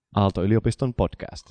Aalto-yliopiston podcast.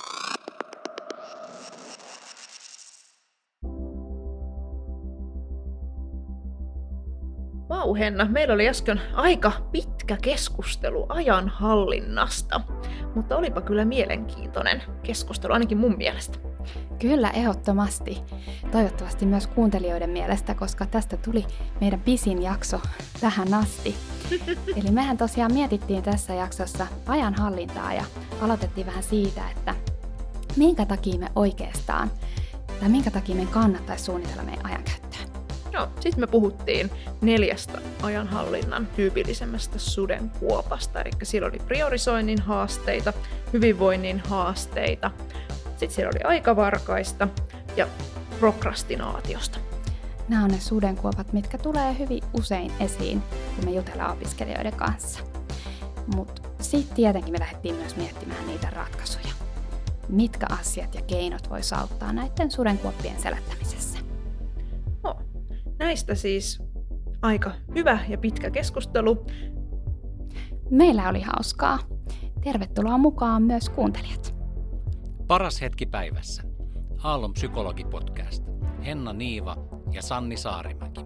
Vau Henna, meillä oli äsken aika pitkä keskustelu ajanhallinnasta, mutta olipa kyllä mielenkiintoinen keskustelu, ainakin mun mielestä. Kyllä, ehdottomasti. Toivottavasti myös kuuntelijoiden mielestä, koska tästä tuli meidän pisin jakso tähän asti. Eli mehän tosiaan mietittiin tässä jaksossa ajanhallintaa ja aloitettiin vähän siitä, että minkä takia me oikeastaan, tai minkä takia me kannattaisi suunnitella meidän ajankäyttöä. No, sitten me puhuttiin 4 ajanhallinnan tyypillisemmästä sudenkuopasta, eli siellä oli priorisoinnin haasteita, hyvinvoinnin haasteita, sitten siellä oli aikavarkaista ja prokrastinaatiosta. Nämä on ne sudenkuopat, mitkä tulee hyvin usein esiin, kun me jutellaan opiskelijoiden kanssa. Mutta sitten tietenkin me lähdettiin myös miettimään niitä ratkaisuja. Mitkä asiat ja keinot vois auttaa näiden sudenkuoppien selättämisessä? No, näistä siis aika hyvä ja pitkä keskustelu. Meillä oli hauskaa. Tervetuloa mukaan myös kuuntelijat. Paras hetki päivässä. Aallon psykologipodcast. Henna Niiva ja Sanni Saarimäki.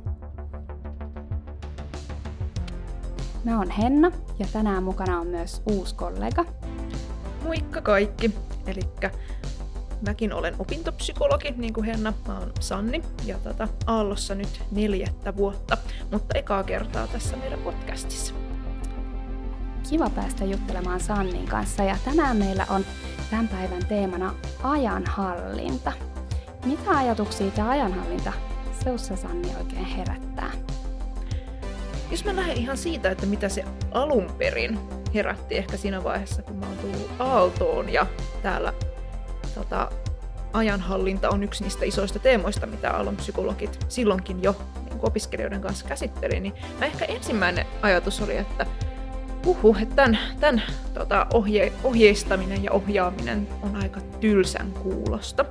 Mä oon Henna ja tänään mukana on myös uusi kollega. Moikka kaikki! Elikkä mäkin olen opintopsykologi, niin kuin Henna. Mä oon Sanni ja Aallossa nyt 4. vuotta, mutta ekaa kertaa tässä meidän podcastissa. Kiva päästä juttelemaan Sannin kanssa ja tänään meillä on tämän päivän teemana ajanhallinta. Mitä ajatuksia tämä ajanhallinta sinussa, Sanni, oikein herättää? Jos mä lähden ihan siitä, että mitä se alun perin herätti ehkä siinä vaiheessa, kun mä oon tullut Aaltoon ja täällä ajanhallinta on yksi niistä isoista teemoista, mitä Aallon psykologit silloinkin jo niin opiskelijoiden kanssa käsitteli, niin mä ehkä ensimmäinen ajatus oli, että tämän ohjeistaminen ja ohjaaminen on aika tylsän kuulosta.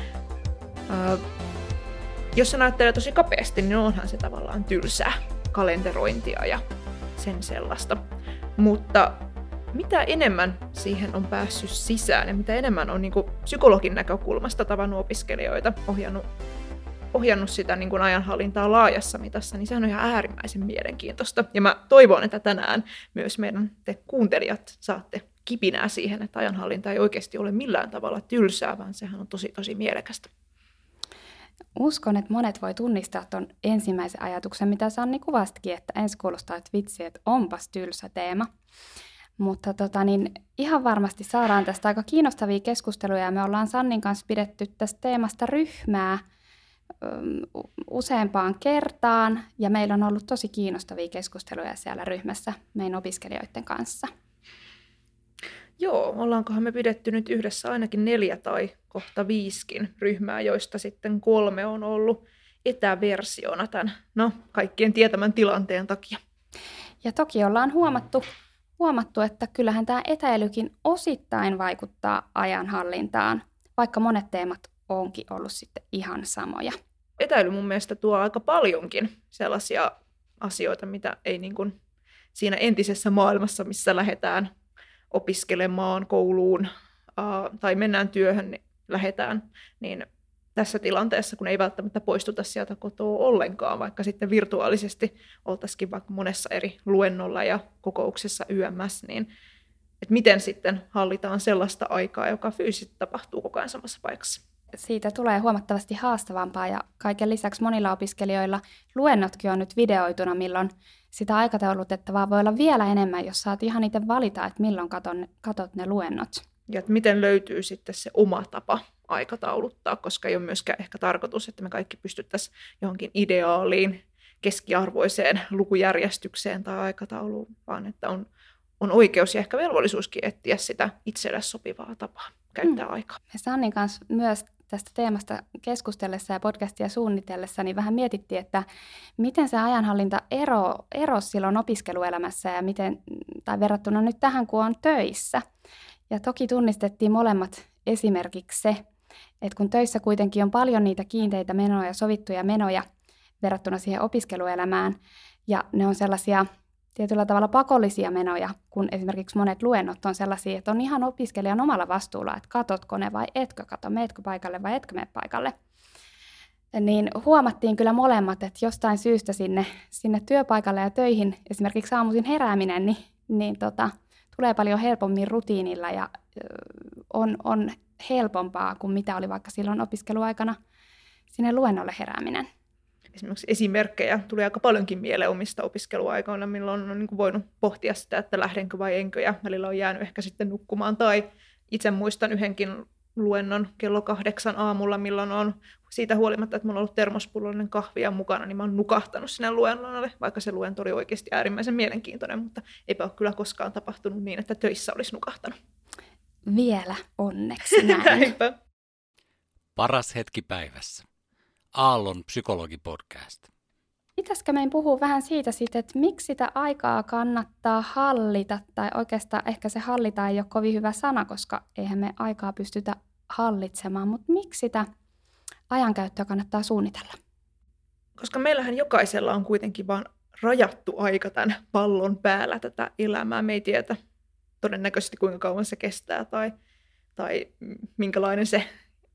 Jos sen ajattelee tosi kapeasti, niin onhan se tavallaan tylsää kalenterointia ja sen sellaista. Mutta mitä enemmän siihen on päässyt sisään ja mitä enemmän on niin kuin psykologin näkökulmasta tavannut opiskelijoita, ohjannut sitä niin kuin ajanhallintaa laajassa mitassa, niin sehän on ihan äärimmäisen mielenkiintoista. Ja mä toivon, että tänään myös meidän te kuuntelijat saatte kipinää siihen, että ajanhallinta ei oikeasti ole millään tavalla tylsää, vaan sehän on tosi, tosi mielekästä. Uskon, että monet voi tunnistaa tuon ensimmäisen ajatuksen, mitä Sanni kuvastikin, että ensi kuulostaa, että vitsi, että onpas tylsä teema. Mutta ihan varmasti saadaan tästä aika kiinnostavia keskusteluja ja me ollaan Sannin kanssa pidetty tästä teemasta ryhmää useampaan kertaan ja meillä on ollut tosi kiinnostavia keskusteluja siellä ryhmässä meidän opiskelijoiden kanssa. Joo, ollaankohan me pidetty nyt yhdessä ainakin 4 tai kohta 5kin ryhmää, joista sitten 3 on ollut etäversiona tämän kaikkien tietämän tilanteen takia. Ja toki ollaan huomattu, että kyllähän tämä etäilykin osittain vaikuttaa ajanhallintaan, vaikka monet teemat onkin ollut sitten ihan samoja. Etäily mun mielestä tuo aika paljonkin sellaisia asioita, mitä ei niin kuin siinä entisessä maailmassa, missä lähdetään opiskelemaan kouluun tai mennään työhön, niin lähdetään, niin tässä tilanteessa, kun ei välttämättä poistuta sieltä kotoa ollenkaan, vaikka sitten virtuaalisesti oltaisikin vaikka monessa eri luennolla ja kokouksessa YMS, niin että miten sitten hallitaan sellaista aikaa, joka fyysisesti tapahtuu koko ajan samassa paikassa. Siitä tulee huomattavasti haastavampaa ja kaiken lisäksi monilla opiskelijoilla luennotkin on nyt videoituna, milloin sitä aikataulutettavaa voi olla vielä enemmän, jos saat ihan itse valita, että milloin katot ne luennot. Ja että miten löytyy sitten se oma tapa aikatauluttaa, koska ei ole myöskään ehkä tarkoitus, että me kaikki pystyttäisiin johonkin ideaaliin, keskiarvoiseen lukujärjestykseen tai aikatauluun, vaan että on oikeus ja ehkä velvollisuuskin etsiä sitä itselle sopivaa tapaa käyttää aikaa. Me Sannin kanssa myös tästä teemasta keskustellessa ja podcastia suunnitellessa, niin vähän mietittiin, että miten se ajanhallinta erosi silloin opiskeluelämässä ja verrattuna nyt tähän, kun on töissä. Ja toki tunnistettiin molemmat esimerkiksi se, että kun töissä kuitenkin on paljon niitä kiinteitä menoja, sovittuja menoja verrattuna siihen opiskeluelämään, ja ne on sellaisia tietyllä tavalla pakollisia menoja, kun esimerkiksi monet luennot on sellaisia, että on ihan opiskelijan omalla vastuulla, että katotko ne vai etkö kato, meetkö paikalle vai etkö mene paikalle. Niin huomattiin kyllä molemmat, että jostain syystä sinne työpaikalle ja töihin, esimerkiksi aamuisin herääminen, niin tulee paljon helpommin rutiinilla ja on helpompaa kuin mitä oli vaikka silloin opiskeluaikana sinne luennolle herääminen. Esimerkiksi esimerkkejä tuli aika paljonkin mieleen omista opiskeluaikoina, milloin on niin kuin voinut pohtia sitä, että lähdenkö vai enkö, ja välillä on jäänyt ehkä sitten nukkumaan. Tai itse muistan yhdenkin luennon kello 8 aamulla, milloin on siitä huolimatta, että minulla on ollut termospullollinen kahvia mukana, niin mä oon nukahtanut sinne luennolle, vaikka se luento oli oikeasti äärimmäisen mielenkiintoinen, mutta eipä ole kyllä koskaan tapahtunut niin, että töissä olisi nukahtanut. Vielä onneksi näin. Paras hetki päivässä. Aallon psykologipodcast. Pitäisikö meidän puhua vähän siitä sitten, että miksi sitä aikaa kannattaa hallita, tai oikeastaan ehkä se hallita ei ole kovin hyvä sana, koska eihän me aikaa pystytä hallitsemaan, mutta miksi sitä ajankäyttöä kannattaa suunnitella? Koska meillähän jokaisella on kuitenkin vaan rajattu aika tämän pallon päällä tätä elämää. Me ei tiedä todennäköisesti kuinka kauan se kestää tai minkälainen se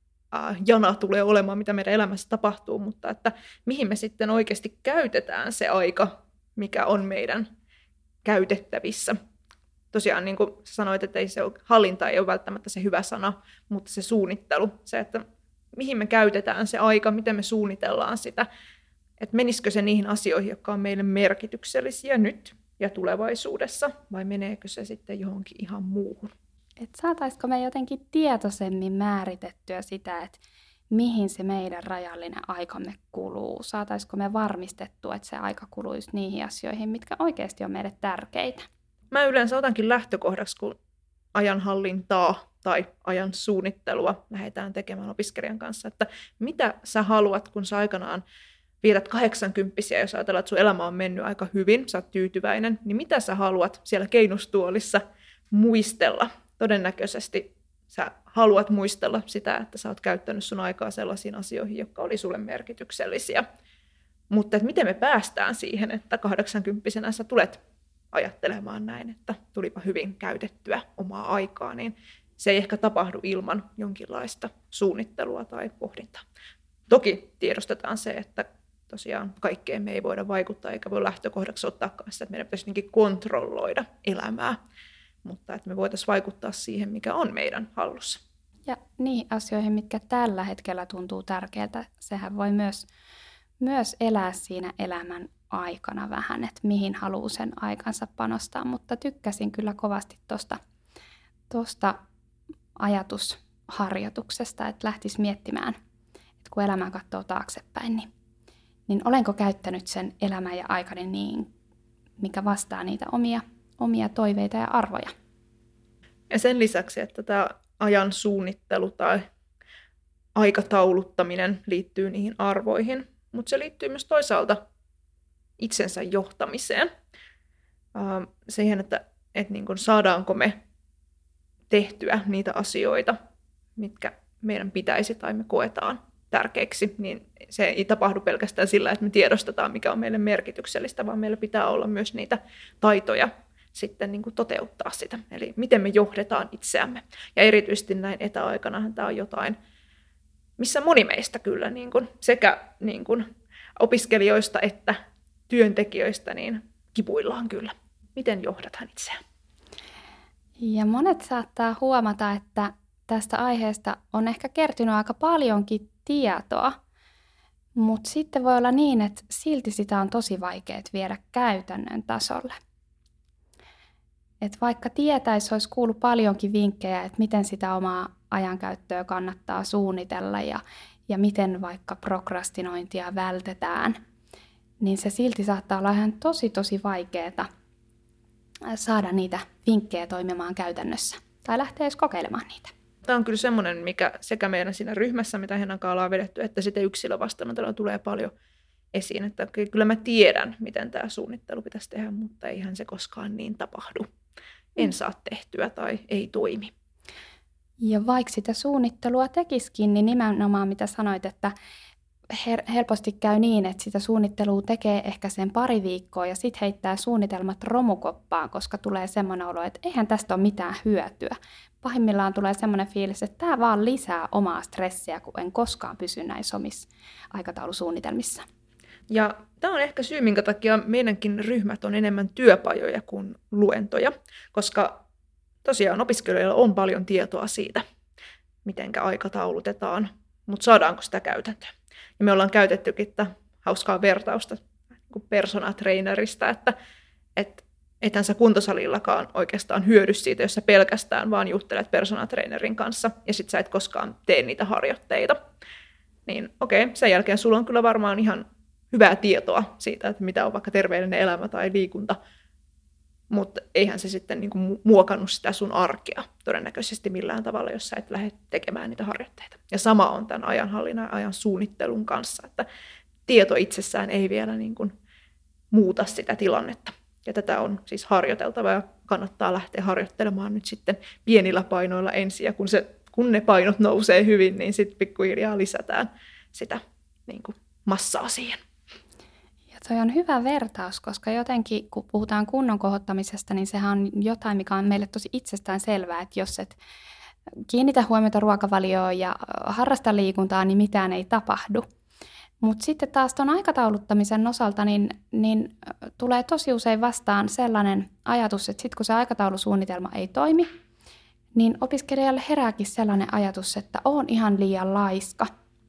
jana tulee olemaan, mitä meidän elämässä tapahtuu, mutta että mihin me sitten oikeasti käytetään se aika, mikä on meidän käytettävissä. Tosiaan niin kuin sanoit, että hallinta ei ole välttämättä se hyvä sana, mutta se suunnittelu, se, että mihin me käytetään se aika, miten me suunnitellaan sitä, että menisikö se niihin asioihin, jotka on meille merkityksellisiä nyt ja tulevaisuudessa, vai meneekö se sitten johonkin ihan muuhun. Että saataisiko me jotenkin tietoisemmin määritettyä sitä, että mihin se meidän rajallinen aikamme kuluu? Saataisiko me varmistettua, että se aika kuluisi niihin asioihin, mitkä oikeasti on meille tärkeitä? Mä yleensä otankin lähtökohdaksi, kun ajanhallintaa tai ajan suunnittelua lähdetään tekemään opiskelijan kanssa, että mitä sä haluat, kun sä aikanaan vietät 80, jos ajatellaan, että sun elämä on mennyt aika hyvin, sä oot tyytyväinen, niin mitä sä haluat siellä keinustuolissa muistella? Todennäköisesti sä haluat muistella sitä, että sä oot käyttänyt sun aikaa sellaisiin asioihin, jotka oli sulle merkityksellisiä. Mutta että miten me päästään siihen, että 80-vuotiaana sä tulet ajattelemaan näin, että tulipa hyvin käytettyä omaa aikaa, niin se ei ehkä tapahdu ilman jonkinlaista suunnittelua tai pohdintaa. Toki tiedostetaan se, että tosiaan kaikkeen me ei voida vaikuttaa, eikä voi lähtökohdaksi ottaa sitä, että meidän pitäisi jotenkin kontrolloida elämää. Mutta että me voitaisiin vaikuttaa siihen, mikä on meidän hallussa. Ja niihin asioihin, mitkä tällä hetkellä tuntuu tärkeältä, sehän voi myös elää siinä elämän aikana vähän, että mihin haluaa sen aikansa panostaa. Mutta tykkäsin kyllä kovasti tuosta ajatusharjoituksesta, että lähtisi miettimään, että kun elämää katsoo taaksepäin, niin olenko käyttänyt sen elämän ja aikani niin, mikä vastaa niitä omia toiveita ja arvoja. Ja sen lisäksi, että tämä ajan suunnittelu tai aikatauluttaminen liittyy niihin arvoihin, mutta se liittyy myös toisaalta itsensä johtamiseen. Siihen, että niin kun saadaanko me tehtyä niitä asioita, mitkä meidän pitäisi tai me koetaan tärkeiksi, niin se ei tapahdu pelkästään sillä, että me tiedostetaan, mikä on meille merkityksellistä, vaan meillä pitää olla myös niitä taitoja sitten niin kuin toteuttaa sitä. Eli miten me johdetaan itseämme. Ja erityisesti näin etäaikanahan tämä on jotain, missä moni meistä kyllä niin kuin, sekä niin kuin opiskelijoista että työntekijöistä niin kipuillaan kyllä. Miten johdataan itseään? Ja monet saattaa huomata, että tästä aiheesta on ehkä kertynyt aika paljonkin tietoa, mutta sitten voi olla niin, että silti sitä on tosi vaikea viedä käytännön tasolle. Et vaikka tietäisi, olisi kuullut paljonkin vinkkejä, että miten sitä omaa ajankäyttöä kannattaa suunnitella ja miten vaikka prokrastinointia vältetään, niin se silti saattaa olla ihan tosi vaikeaa saada niitä vinkkejä toimimaan käytännössä tai lähteä edes kokeilemaan niitä. Tämä on kyllä semmoinen, mikä sekä meidän siinä ryhmässä, mitä Hennan kanssa ollaan vedetty, että sitten yksilövastaanotolla tulee paljon esiin, että kyllä mä tiedän, miten tämä suunnittelu pitäisi tehdä, mutta eihän se koskaan niin tapahdu. En saa tehtyä tai ei toimi. Ja vaikka sitä suunnittelua tekisikin, niin nimenomaan mitä sanoit, että helposti käy niin, että sitä suunnittelua tekee ehkä sen pari viikkoa ja sitten heittää suunnitelmat romukoppaan, koska tulee semmoinen olo, että eihän tästä ole mitään hyötyä. Pahimmillaan tulee semmoinen fiilis, että tämä vaan lisää omaa stressiä, kun en koskaan pysy näissä omissa aikataulusuunnitelmissa. Ja tämä on ehkä syy, minkä takia meidänkin ryhmät on enemmän työpajoja kuin luentoja, koska tosiaan opiskelijoilla on paljon tietoa siitä, mitenkä aikataulutetaan, mutta saadaanko sitä käytäntöön. Ja me ollaan käytettykin hauskaa vertausta personal trainerista, että ethän sä kuntosalillakaan oikeastaan hyödy siitä, jos sä pelkästään vaan juttelet personal trainerin kanssa ja sit sä et koskaan tee niitä harjoitteita. Niin okei, sen jälkeen sulla on kyllä varmaan ihan hyvää tietoa siitä, että mitä on vaikka terveellinen elämä tai liikunta, mutta eihän se sitten niin kuin muokannut sitä sun arkea todennäköisesti millään tavalla, jos sä et lähde tekemään niitä harjoitteita. Ja sama on tämän ajanhallinnan ja ajan suunnittelun kanssa, että tieto itsessään ei vielä niin kuin muuta sitä tilannetta. Ja tätä on siis harjoiteltava ja kannattaa lähteä harjoittelemaan nyt sitten pienillä painoilla ensin. Ja kun ne painot nousee hyvin, niin sitten pikkuhiljaa lisätään sitä niin kuin massaa siihen. Toi on hyvä vertaus, koska jotenkin kun puhutaan kunnon kohottamisesta, niin sehän on jotain, mikä on meille tosi itsestään selvää, että jos et kiinnitä huomiota ruokavalioon ja harrasta liikuntaa, niin mitään ei tapahdu. Mutta sitten taas tuon aikatauluttamisen osalta, niin tulee tosi usein vastaan sellainen ajatus, että sitten kun se aikataulusuunnitelma ei toimi, niin opiskelijalle herääkin sellainen ajatus, että on ihan liian laiska.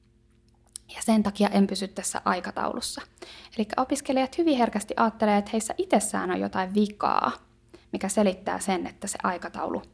Ja sen takia en pysy tässä aikataulussa. Eli opiskelijat hyvin herkästi ajattelee, että heissä itsessään on jotain vikaa, mikä selittää sen, että se aikataulu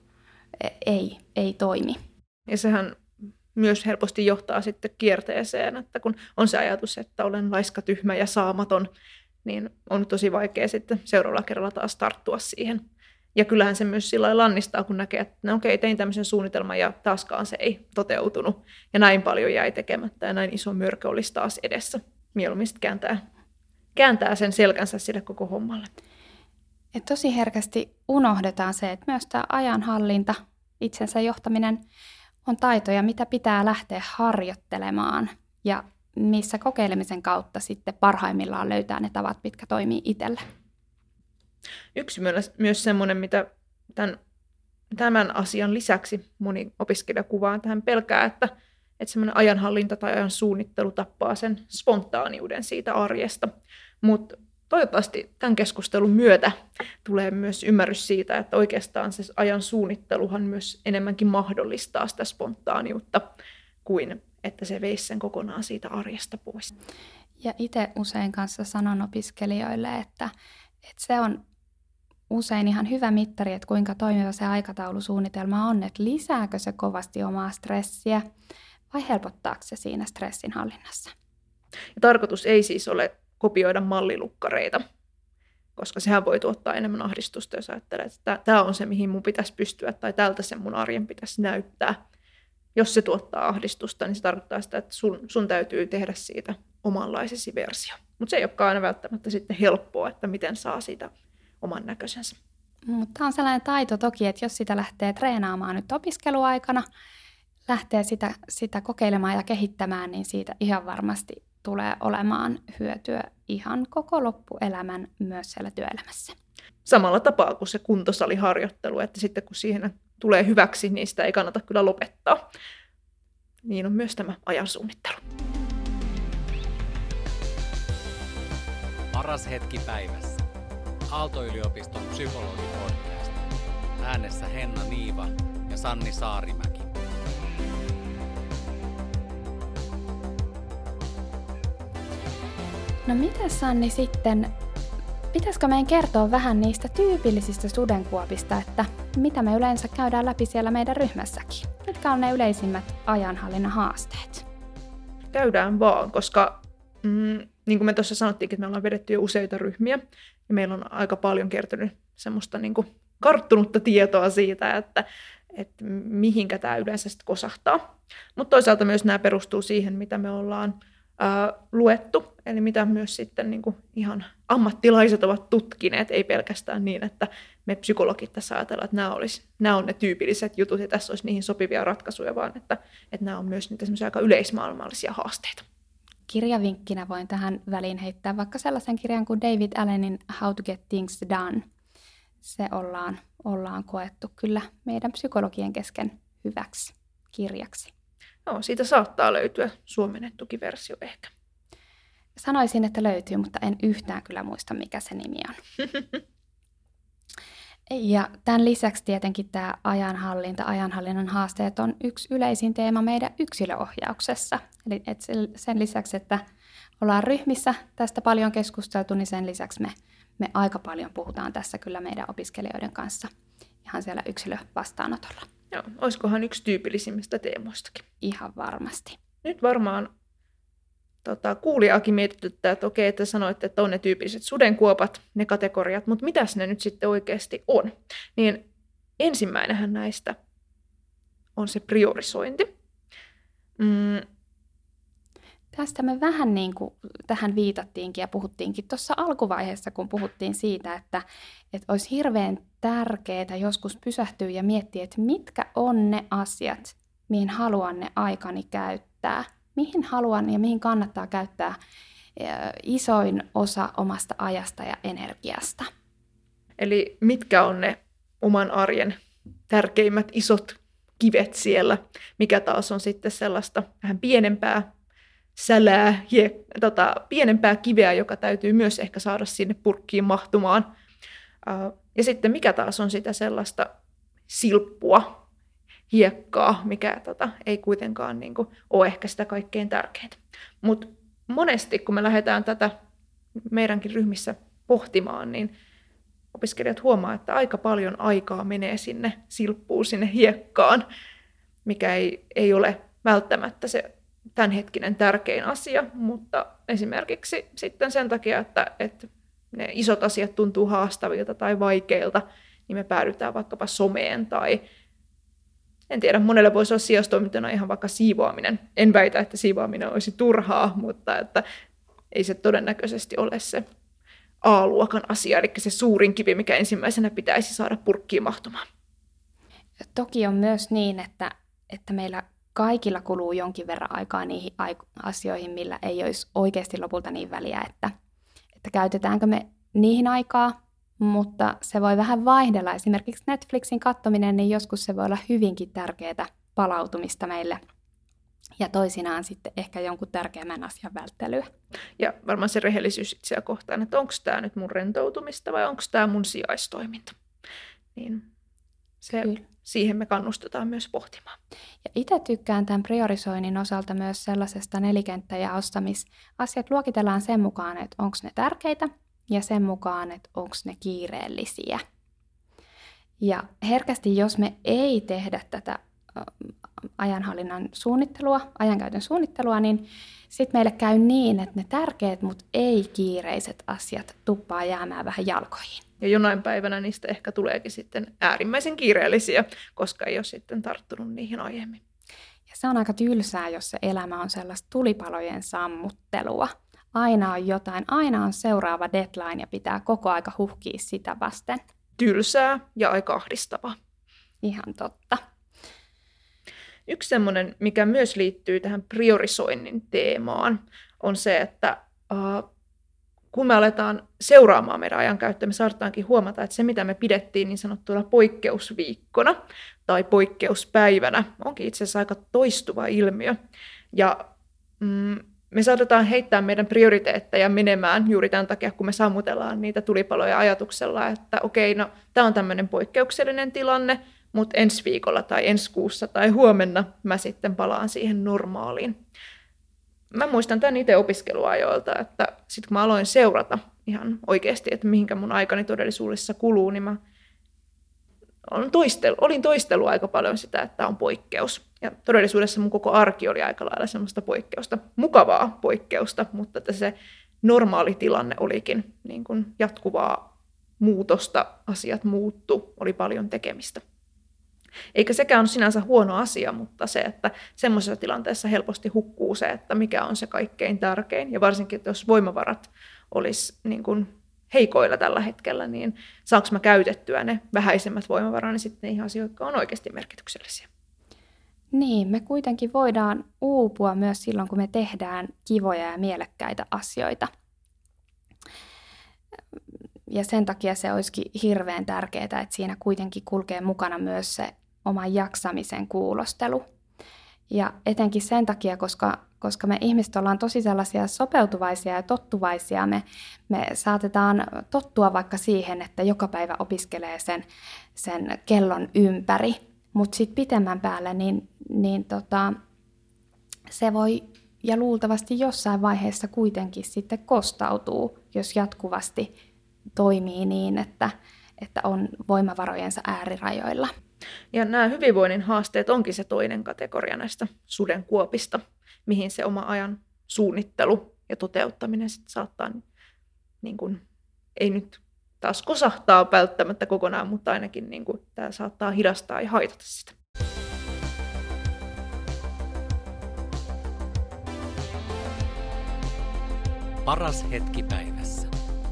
ei toimi. Ja sehän myös helposti johtaa sitten kierteeseen, että kun on se ajatus, että olen laiska, tyhmä ja saamaton, niin on tosi vaikea sitten seuraavalla kerralla taas tarttua siihen. Ja kyllähän se myös sillä lailla lannistaa, kun näkee, että no okei, tein tämmöisen suunnitelman ja taaskaan se ei toteutunut. Ja näin paljon jäi tekemättä ja näin iso mörkö olisi taas edessä. Mieluummin kääntää sen selkänsä sille koko hommalle. Et tosi herkästi unohdetaan se, että myös tämä ajanhallinta, itsensä johtaminen on taitoja, mitä pitää lähteä harjoittelemaan ja missä kokeilemisen kautta sitten parhaimmillaan löytää ne tavat, mitkä toimii itselle. Yksi myös semmoinen, mitä tämän asian lisäksi moni opiskelija kuvaa tähän pelkää, että semmoinen ajanhallinta tai ajan suunnittelu tappaa sen spontaaniuden siitä arjesta. Mutta toivottavasti tämän keskustelun myötä tulee myös ymmärrys siitä, että oikeastaan se ajan suunnitteluhan myös enemmänkin mahdollistaa sitä spontaaniutta kuin että se veisi sen kokonaan siitä arjesta pois. Ja itse usein kanssa sanon opiskelijoille, että se on usein ihan hyvä mittari, että kuinka toimiva se aikataulusuunnitelma on, että lisääkö se kovasti omaa stressiä vai helpottaako se siinä stressin hallinnassa. Ja tarkoitus ei siis ole kopioida mallilukkareita, koska sehän voi tuottaa enemmän ahdistusta, jos ajattelee, että tämä on se, mihin mun pitäisi pystyä tai tältä se mun arjen pitäisi näyttää. Jos se tuottaa ahdistusta, niin se tarkoittaa sitä, että sun täytyy tehdä siitä omanlaisesi versio. Mutta se ei olekaan aina välttämättä sitten helppoa, että miten saa siitä oman näköisensä. Mutta on sellainen taito toki, että jos sitä lähtee treenaamaan nyt opiskeluaikana, lähtee sitä kokeilemaan ja kehittämään, niin siitä ihan varmasti tulee olemaan hyötyä ihan koko loppuelämän myös siellä työelämässä. Samalla tapaa kuin se kuntosaliharjoittelu, että sitten kun siihen tulee hyväksi, niin sitä ei kannata kyllä lopettaa. Niin on myös tämä ajansuunnittelu. Paras hetki päivässä. Aalto-yliopiston psykologipodcast. Äänessä Henna Niiva ja Sanni Saarimäki. No miten Sanni sitten, pitäisikö meidän kertoa vähän niistä tyypillisistä sudenkuopista, että mitä me yleensä käydään läpi siellä meidän ryhmässäkin? Mitkä on ne yleisimmät ajanhallinnan haasteet? Käydään vaan, koska niin kuin me tuossa sanottiinkin, että me ollaan vedetty jo useita ryhmiä ja meillä on aika paljon kertynyt semmoista niin kuin karttunutta tietoa siitä, että mihinkä tämä yleensä sitten kosahtaa. Mutta toisaalta myös nämä perustuu siihen, mitä me ollaan luettu, eli mitä myös sitten niin kuin ihan ammattilaiset ovat tutkineet, ei pelkästään niin, että me psykologit tässä ajatellaan, että nämä on ne tyypilliset jutut ja tässä olisi niihin sopivia ratkaisuja, vaan että nämä on myös niitä semmoisia aika yleismaailmallisia haasteita. kirjavinkkinä voin tähän väliin heittää vaikka sellaisen kirjan kuin David Allenin How to Get Things Done. Se ollaan koettu kyllä meidän psykologien kesken hyväksi kirjaksi. Joo, siitä saattaa löytyä suomennettukin versio ehkä. Sanoisin, että löytyy, mutta en yhtään kyllä muista, mikä se nimi on. Ja tämän lisäksi tietenkin tämä ajanhallinnan haasteet on yksi yleisin teema meidän yksilöohjauksessa. Eli sen lisäksi, että ollaan ryhmissä tästä paljon keskusteltu, niin sen lisäksi me aika paljon puhutaan tässä kyllä meidän opiskelijoiden kanssa ihan siellä yksilövastaanotolla. Joo, olisikohan yksi tyypillisimmistä teemoistakin? Ihan varmasti. Nyt varmaan kuulijaakin mietityttää, että okei, että sanoitte, että on ne tyypilliset sudenkuopat, ne kategoriat, mutta mitäs ne nyt sitten oikeasti on? Niin ensimmäinenhän näistä on se priorisointi. Tästä me vähän niin kuin tähän viitattiinkin ja puhuttiinkin tuossa alkuvaiheessa, kun puhuttiin siitä, että olisi hirveän tärkeää joskus pysähtyä ja miettiä, että mitkä on ne asiat, mihin haluan ne aikani käyttää. Mihin haluan ja mihin kannattaa käyttää isoin osa omasta ajasta ja energiasta. Eli mitkä on ne oman arjen tärkeimmät isot kivet siellä, mikä taas on sitten sellaista vähän pienempää sälää, pienempää kiveä, joka täytyy myös ehkä saada sinne purkkiin mahtumaan. Ja sitten mikä taas on sitä sellaista silppua, hiekkaa, mikä ei kuitenkaan niin kuin ole ehkä sitä kaikkein tärkeintä. Mutta monesti, kun me lähdetään tätä meidänkin ryhmissä pohtimaan, niin opiskelijat huomaa, että aika paljon aikaa menee sinne silppuun, sinne hiekkaan, mikä ei ole välttämättä se tämänhetkinen tärkein asia, mutta esimerkiksi sitten sen takia, että ne isot asiat tuntuu haastavilta tai vaikeilta, niin me päädytään vaikkapa someen tai en tiedä, monelle voisi olla sijaistoimintona ihan vaikka siivoaminen. En väitä, että siivoaminen olisi turhaa, mutta että ei se todennäköisesti ole se A-luokan asia, eli se suurin kivi, mikä ensimmäisenä pitäisi saada purkkiin mahtumaan. Toki on myös niin, että meillä kaikilla kuluu jonkin verran aikaa niihin asioihin, millä ei olisi oikeasti lopulta niin väliä, että käytetäänkö me niihin aikaa, mutta se voi vähän vaihdella. Esimerkiksi Netflixin katsominen, niin joskus se voi olla hyvinkin tärkeää palautumista meille ja toisinaan sitten ehkä jonkun tärkeämmän asian välttelyä. Ja varmaan se rehellisyys itseä kohtaan, että onko tämä nyt mun rentoutumista vai onko tämä mun sijaistoiminta. Niin siihen me kannustetaan myös pohtimaan. Ja itse tykkään tämän priorisoinnin osalta myös sellaisesta nelikenttäjaosta, missä asiat luokitellaan sen mukaan, että onko ne tärkeitä ja sen mukaan, että onko ne kiireellisiä. Ja herkästi, jos me ei tehdä tätä ajanhallinnan suunnittelua, ajankäytön suunnittelua, niin sitten meille käy niin, että ne tärkeät, mutta ei-kiireiset asiat tuppaa jäämään vähän jalkoihin. Ja jonain päivänä niistä ehkä tuleekin sitten äärimmäisen kiireellisiä, koska ei ole sitten tarttunut niihin aiemmin. Ja se on aika tylsää, jos se elämä on sellaista tulipalojen sammuttelua. Aina on jotain, aina on seuraava deadline ja pitää koko aika huhkia sitä vasten. Tylsää ja aika ahdistavaa. Ihan totta. Yksi semmoinen, mikä myös liittyy tähän priorisoinnin teemaan, on se, että kun me aletaan seuraamaan meidän ajankäyttöä, me saataankin huomata, että se, mitä me pidettiin niin sanottuna poikkeusviikkona tai poikkeuspäivänä, onkin itse asiassa aika toistuva ilmiö. Ja me saatetaan heittää meidän prioriteetteja menemään juuri tämän takia, kun me sammutellaan niitä tulipaloja ajatuksella, että okei, no tämä on tämmöinen poikkeuksellinen tilanne, mutta ensi viikolla tai ensi kuussa tai huomenna mä sitten palaan siihen normaaliin. Mä muistan tämän itse opiskeluajoilta, että sitten kun mä aloin seurata ihan oikeasti, että mihinkä mun aikani todellisuudessa kuluu, niin mä olin toistellut aika paljon sitä, että tämä on poikkeus. Ja todellisuudessa mun koko arki oli aika lailla semmoista poikkeusta, mukavaa poikkeusta, mutta että se normaali tilanne olikin niin kuin jatkuvaa muutosta, asiat muuttu, oli paljon tekemistä. Eikä sekään ole sinänsä huono asia, mutta se, että semmoisessa tilanteessa helposti hukkuu se, että mikä on se kaikkein tärkein. Ja varsinkin, että jos voimavarat olisi niin kuin heikoilla tällä hetkellä, niin saanko mä käytettyä ne vähäisemmät voimavarani sitten niihin asioihin, jotka on oikeasti merkityksellisiä. Niin, me kuitenkin voidaan uupua myös silloin, kun me tehdään kivoja ja mielekkäitä asioita. Ja sen takia se olisikin hirveän tärkeää, että siinä kuitenkin kulkee mukana myös se oman jaksamisen kuulostelu. Ja etenkin sen takia, koska me ihmiset ollaan tosi sellaisia sopeutuvaisia ja tottuvaisia, me saatetaan tottua vaikka siihen, että joka päivä opiskelee sen kellon ympäri. Mutta sitten pitemmän päälle se voi ja luultavasti jossain vaiheessa kuitenkin sitten kostautuu, jos jatkuvasti toimii niin, että on voimavarojensa äärirajoilla. Ja nämä hyvinvoinnin haasteet onkin se toinen kategoria näistä sudenkuopista, mihin se oma ajan suunnittelu ja toteuttaminen sit saattaa, niin kuin, ei nyt taas kosahtaa välttämättä kokonaan, mutta ainakin niin kuin, tämä saattaa hidastaa ja haitata sitä. Paras hetki päivässä.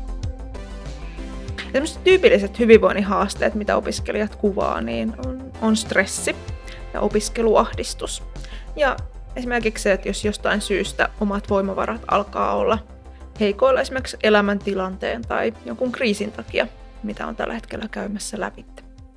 Tällaiset tyypilliset hyvinvoinnin haasteet, mitä opiskelijat kuvaa, niin on stressi ja opiskeluahdistus. Ja esimerkiksi se, että jos jostain syystä omat voimavarat alkaa olla heikoilla esimerkiksi elämäntilanteen tai jonkun kriisin takia, mitä on tällä hetkellä käymässä läpi.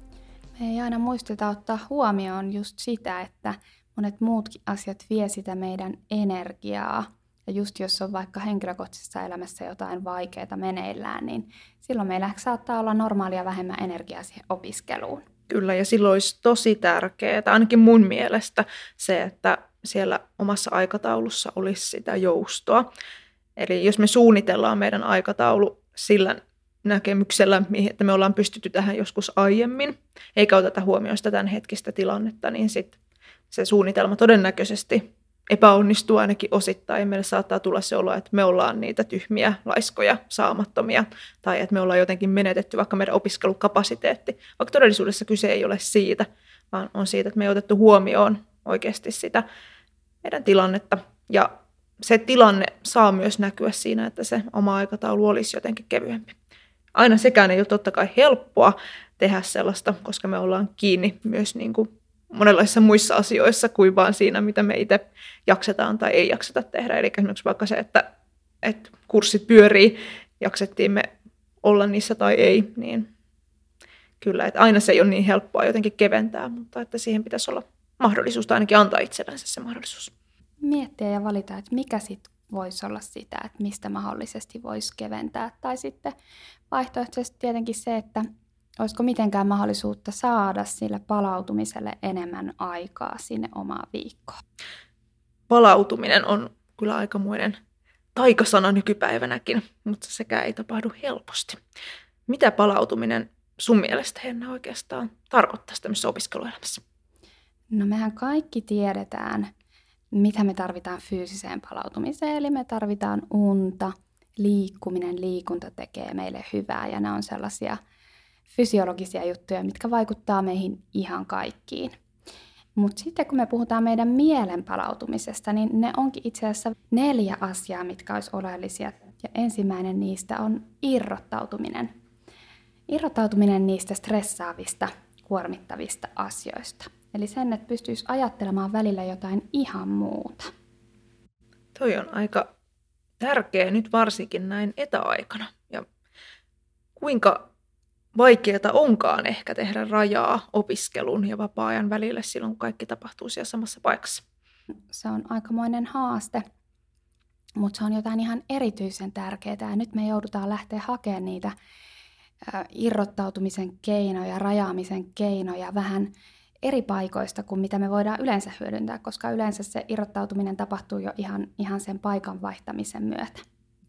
Me ei aina muisteta ottaa huomioon just sitä, että monet muutkin asiat vie sitä meidän energiaa. Ja just jos on vaikka henkilökohtaisessa elämässä jotain vaikeaa meneillään, niin silloin meillä saattaa olla normaalia vähemmän energiaa siihen opiskeluun. Kyllä, ja silloin olisi tosi tärkeää, ainakin mun mielestä, se, että siellä omassa aikataulussa olisi sitä joustoa. Eli jos me suunnitellaan meidän aikataulu sillä näkemyksellä, että me ollaan pystytty tähän joskus aiemmin, eikä oteta huomioon sitä tämän hetkistä tilannetta, niin sitten se suunnitelma todennäköisesti epäonnistuu ainakin osittain. Meille saattaa tulla se olo, että me ollaan niitä tyhmiä, laiskoja, saamattomia, tai että me ollaan jotenkin menetetty vaikka meidän opiskelukapasiteetti. Vaikka todellisuudessa kyse ei ole siitä, vaan on siitä, että me ei otettu huomioon oikeasti sitä meidän tilannetta. Ja se tilanne saa myös näkyä siinä, että se oma aikataulu olisi jotenkin kevyempi. Aina sekään ei ole totta kai helppoa tehdä sellaista, koska me ollaan kiinni myös niin kuin monenlaisissa muissa asioissa kuin vaan siinä, mitä me itse jaksetaan tai ei jakseta tehdä. Eli esimerkiksi vaikka se, että kurssit pyörii, jaksettiin me olla niissä tai ei, niin kyllä, että aina se ei ole niin helppoa jotenkin keventää, mutta että siihen pitäisi olla mahdollisuus tai ainakin antaa itsellensä se mahdollisuus. Miettiä ja valita, että mikä sitten voisi olla sitä, että mistä mahdollisesti voisi keventää. Tai sitten vaihtoehtoisesti tietenkin se, että olisiko mitenkään mahdollisuutta saada sille palautumiselle enemmän aikaa sinne omaan viikkoon? Palautuminen on kyllä aikamoinen taikasana nykypäivänäkin, mutta sekään ei tapahdu helposti. Mitä palautuminen sun mielestä, Henna, oikeastaan tarkoittaa tämmöisessä opiskeluelämässä? No mehän kaikki tiedetään, mitä me tarvitaan fyysiseen palautumiseen. Eli me tarvitaan unta, liikunta tekee meille hyvää ja ne on sellaisia fysiologisia juttuja, mitkä vaikuttaa meihin ihan kaikkiin. Mutta sitten kun me puhutaan meidän mielen palautumisesta, niin ne onkin itse asiassa 4 asiaa, mitkä olisi oleellisia. Ja ensimmäinen niistä on irrottautuminen. Irrottautuminen niistä stressaavista, kuormittavista asioista. Eli sen, että pystyisi ajattelemaan välillä jotain ihan muuta. Toi on aika tärkeä nyt varsinkin näin etäaikana. Ja kuinka vaikeaa onkaan ehkä tehdä rajaa opiskelun ja vapaa-ajan välille silloin, kun kaikki tapahtuu siellä samassa paikassa. Se on aikamoinen haaste, mutta se on jotain ihan erityisen tärkeää. Ja nyt me joudutaan lähteä hakemaan niitä irrottautumisen keinoja, rajaamisen keinoja vähän eri paikoista kuin mitä me voidaan yleensä hyödyntää, koska yleensä se irrottautuminen tapahtuu jo ihan sen paikan vaihtamisen myötä.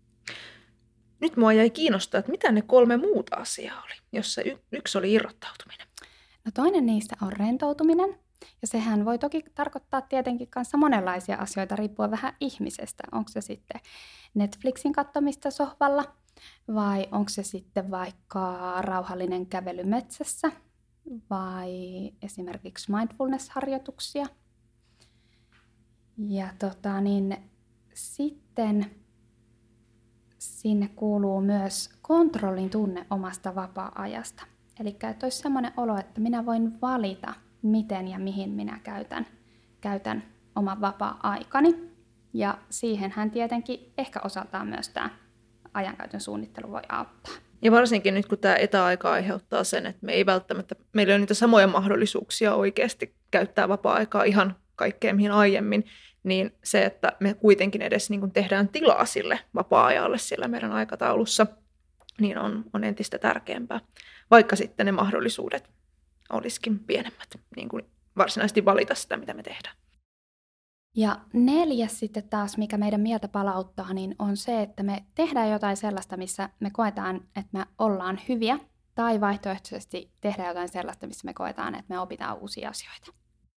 Nyt mua jäi kiinnostaa, että mitä ne 3 muuta asiaa oli, jossa yksi oli irrottautuminen. No toinen niistä on rentoutuminen, ja sehän voi toki tarkoittaa tietenkin kanssa monenlaisia asioita, riippuen vähän ihmisestä. Onko se sitten Netflixin katsomista sohvalla, vai onko se sitten vaikka rauhallinen kävely metsässä, vai esimerkiksi mindfulness-harjoituksia. Ja sitten sinne kuuluu myös kontrollin tunne omasta vapaa-ajasta. Eli että olisi sellainen olo, että minä voin valita, miten ja mihin minä käytän käytän oman vapaa-aikani. Ja siihenhän tietenkin ehkä osaltaan myös tämä ajankäytön suunnittelu voi auttaa. Ja varsinkin nyt, kun tämä etäaika aiheuttaa sen, että meillä ei ole niitä samoja mahdollisuuksia oikeasti käyttää vapaa-aikaa ihan kaikkeen mihin aiemmin, niin se, että me kuitenkin edes niin kuin tehdään tilaa sille vapaa-ajalle siellä meidän aikataulussa, niin on entistä tärkeämpää, vaikka sitten ne mahdollisuudet olisikin pienemmät, niin kuin varsinaisesti valita sitä, mitä me tehdään. Ja 4 sitten taas, mikä meidän mieltä palauttaa, niin on se, että me tehdään jotain sellaista, missä me koetaan, että me ollaan hyviä, tai vaihtoehtoisesti tehdään jotain sellaista, missä me koetaan, että me opitaan uusia asioita.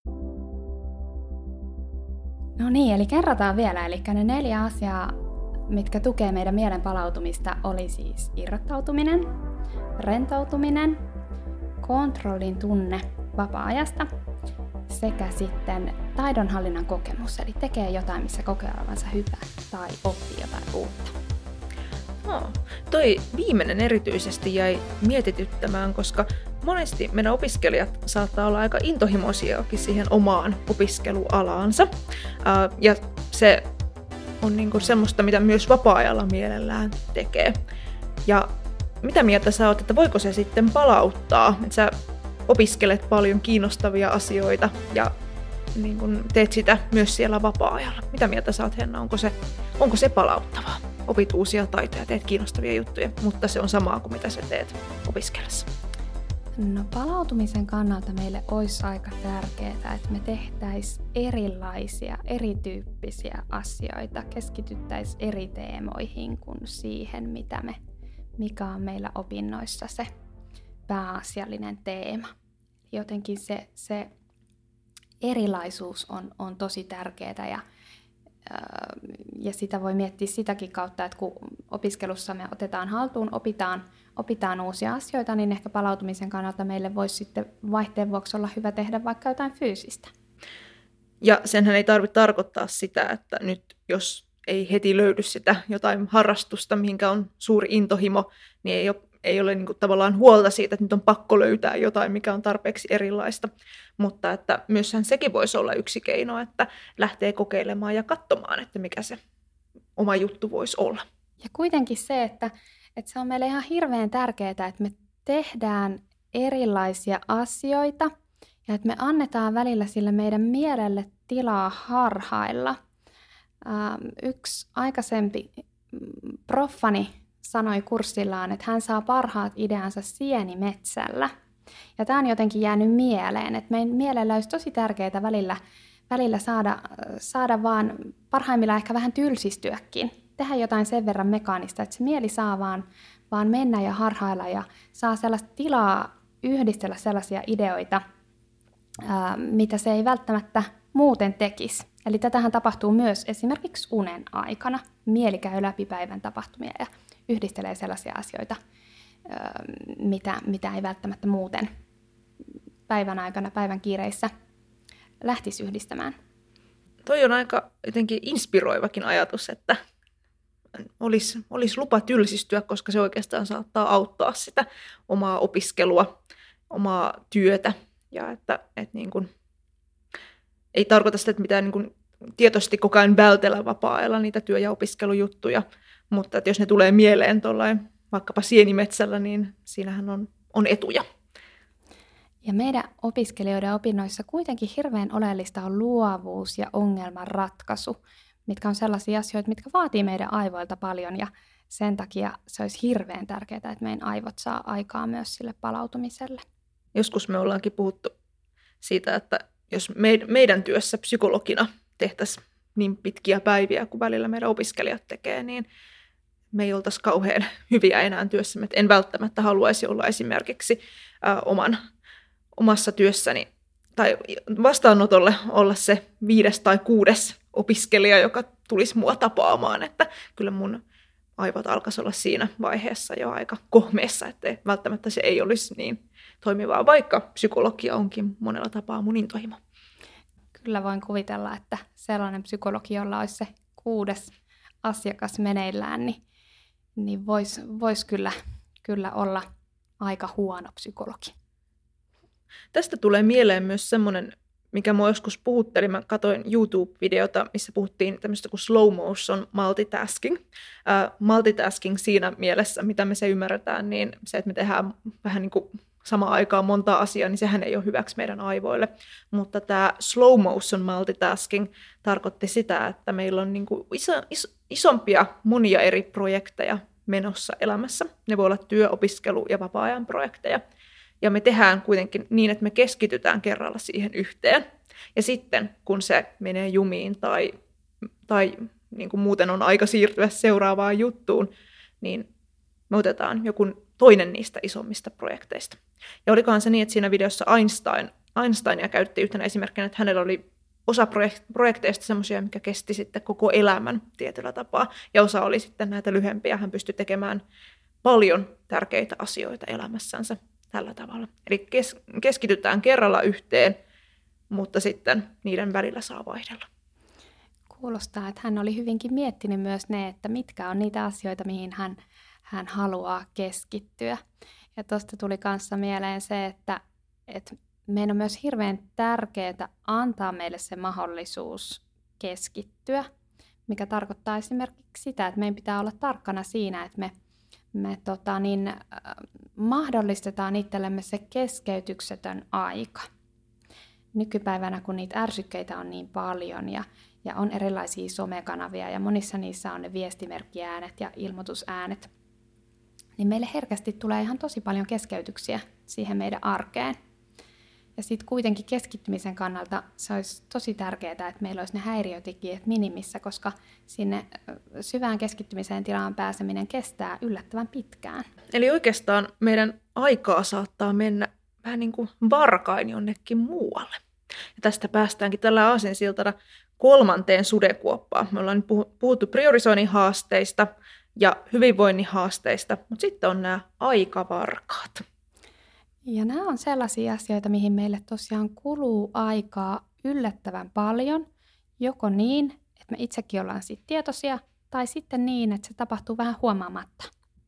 No niin, eli kerrataan vielä. Eli ne 4 asiaa, mitkä tukee meidän mielen palautumista, oli siis irrottautuminen, rentoutuminen, kontrollin tunne vapaa-ajasta sekä sitten taidonhallinnan kokemus, eli tekee jotain, missä kokee olevansa hyvä tai oppii jotain uutta. No, toi viimeinen erityisesti jäi mietityttämään, koska monesti meidän opiskelijat saattaa olla aika intohimoisiakin siihen omaan opiskelualaansa. Ja se on niinku semmoista, mitä myös vapaa-ajalla mielellään tekee. Ja mitä mieltä sä oot, että voiko se sitten palauttaa? Että sä opiskelet paljon kiinnostavia asioita ja niin kun teet sitä myös siellä vapaa-ajalla. Mitä mieltä sä oot, Henna? Onko se palauttavaa? Opit uusia taitoja, teet kiinnostavia juttuja, mutta se on samaa kuin mitä sä teet opiskellessa. No palautumisen kannalta meille olisi aika tärkeää, että me tehtäisiin erilaisia, erityyppisiä asioita, keskityttäisiin eri teemoihin kuin siihen, mikä on meillä opinnoissa se pääasiallinen teema. Jotenkin se erilaisuus on tosi tärkeää ja sitä voi miettiä sitäkin kautta, että kun opiskelussa me otetaan haltuun, opitaan uusia asioita, niin ehkä palautumisen kannalta meille voisi sitten vaihteen vuoksi olla hyvä tehdä vaikka jotain fyysistä. Ja senhän ei tarvitse tarkoittaa sitä, että nyt jos ei heti löydy sitä jotain harrastusta, mihinkä on suuri intohimo, niin ei ole niin kuin tavallaan huolta siitä, että nyt on pakko löytää jotain, mikä on tarpeeksi erilaista. Mutta että myöshän sekin voisi olla yksi keino, että lähtee kokeilemaan ja katsomaan, että mikä se oma juttu voisi olla. Ja kuitenkin se, että se on meille ihan hirveän tärkeää, että me tehdään erilaisia asioita ja että me annetaan välillä sille meidän mielelle tilaa harhailla. Yksi aikaisempi proffani sanoi kurssillaan, että hän saa parhaat ideansa sienimetsällä. Ja tämä on jotenkin jäänyt mieleen, että meidän mielellä olisi tosi tärkeää välillä saada vaan parhaimmillaan ehkä vähän tylsistyäkin. Tehdä jotain sen verran mekaanista, että se mieli saa vaan mennä ja harhailla ja saa sellaista tilaa yhdistellä sellaisia ideoita, mitä se ei välttämättä muuten tekisi. Eli tätähän tapahtuu myös esimerkiksi unen aikana. Mieli käy läpi päivän tapahtumia ja yhdistelee sellaisia asioita, mitä ei välttämättä muuten päivän aikana, päivän kiireissä lähtisi yhdistämään. Toi on aika jotenkin inspiroivakin ajatus, että olisi lupa tylsistyä, koska se oikeastaan saattaa auttaa sitä omaa opiskelua, omaa työtä. Ja että niin kuin, ei tarkoita sitä, että mitään niin kuin tietoisesti koko ajan vältellä vapaa-ajalla niitä työ- ja opiskelujuttuja, mutta että jos ne tulee mieleen tuollain vaikkapa sienimetsällä, niin siinähän on etuja. Ja meidän opiskelijoiden opinnoissa kuitenkin hirveän oleellista on luovuus ja ongelmanratkaisu, mitkä on sellaisia asioita, mitkä vaatii meidän aivoilta paljon ja sen takia se olisi hirveän tärkeää, että meidän aivot saa aikaa myös sille palautumiselle. Joskus me ollaankin puhuttu siitä, että jos meidän työssä psykologina tehtäisiin niin pitkiä päiviä kuin välillä meidän opiskelijat tekee, niin me ei oltaisi kauhean hyviä enää työssämme. En välttämättä haluaisi olla esimerkiksi omassa työssäni tai vastaanotolle olla se 5. tai 6. opiskelija, joka tulisi mua tapaamaan. Että kyllä mun aivot alkaisi olla siinä vaiheessa jo aika kohmeessa, että välttämättä se ei olisi niin toimivaa, vaikka psykologia onkin monella tapaa mun intohimo. Kyllä voin kuvitella, että sellainen psykologi, jolla olisi se 6. asiakas meneillään, niin vois kyllä olla aika huono psykologi. Tästä tulee mieleen myös semmoinen mikä mua joskus puhutteli, mä katsoin YouTube-videota, missä puhuttiin tämmöistä kuin slow motion multitasking. Multitasking siinä mielessä, mitä me se ymmärretään, niin se, että me tehdään vähän niin kuin samaan aikaan monta asiaa, niin sehän ei ole hyväksi meidän aivoille. Mutta tämä slow motion multitasking tarkoitti sitä, että meillä on niin kuin isompia monia eri projekteja menossa elämässä. Ne voi olla työ, opiskelu ja vapaa-ajan projekteja. Ja me tehdään kuitenkin niin, että me keskitytään kerralla siihen yhteen. Ja sitten, kun se menee jumiin tai niin kuin muuten on aika siirtyä seuraavaan juttuun, niin me otetaan joku toinen niistä isommista projekteista. Ja olikohan se niin, että siinä videossa Einsteinia käytti yhtenä esimerkkinä, että hänellä oli osa projekteista semmoisia, mikä kesti sitten koko elämän tietyllä tapaa. Ja osa oli sitten näitä lyhempiä. Hän pystyi tekemään paljon tärkeitä asioita elämässänsä tällä tavalla. Eli keskitytään kerralla yhteen, mutta sitten niiden välillä saa vaihdella. Kuulostaa, että hän oli hyvinkin miettinyt myös ne, että mitkä on niitä asioita, mihin hän haluaa keskittyä. Ja tuosta tuli kanssa mieleen se, että meidän on myös hirveän tärkeää antaa meille se mahdollisuus keskittyä, mikä tarkoittaa esimerkiksi sitä, että meidän pitää olla tarkkana siinä, että me mahdollistetaan itsellemme se keskeytyksetön aika. Nykypäivänä, kun niitä ärsykkeitä on niin paljon ja on erilaisia somekanavia ja monissa niissä on ne viestimerkkiäänet ja ilmoitusäänet, niin meille herkästi tulee ihan tosi paljon keskeytyksiä siihen meidän arkeen. Ja sitten kuitenkin keskittymisen kannalta se olisi tosi tärkeää, että meillä olisi ne häiriötekijät minimissä, koska sinne syvään keskittymiseen tilaan pääseminen kestää yllättävän pitkään. Eli oikeastaan meidän aikaa saattaa mennä vähän niin kuin varkain jonnekin muualle. Ja tästä päästäänkin tällä aasinsiltana 3. sudenkuoppaan. Me ollaan puhuttu priorisoinnin haasteista ja hyvinvoinnin haasteista, mutta sitten on nämä aikavarkaat. Ja nämä on sellaisia asioita, mihin meille tosiaan kuluu aikaa yllättävän paljon, joko niin, että me itsekin ollaan siitä tietoisia, tai sitten niin, että se tapahtuu vähän huomaamatta.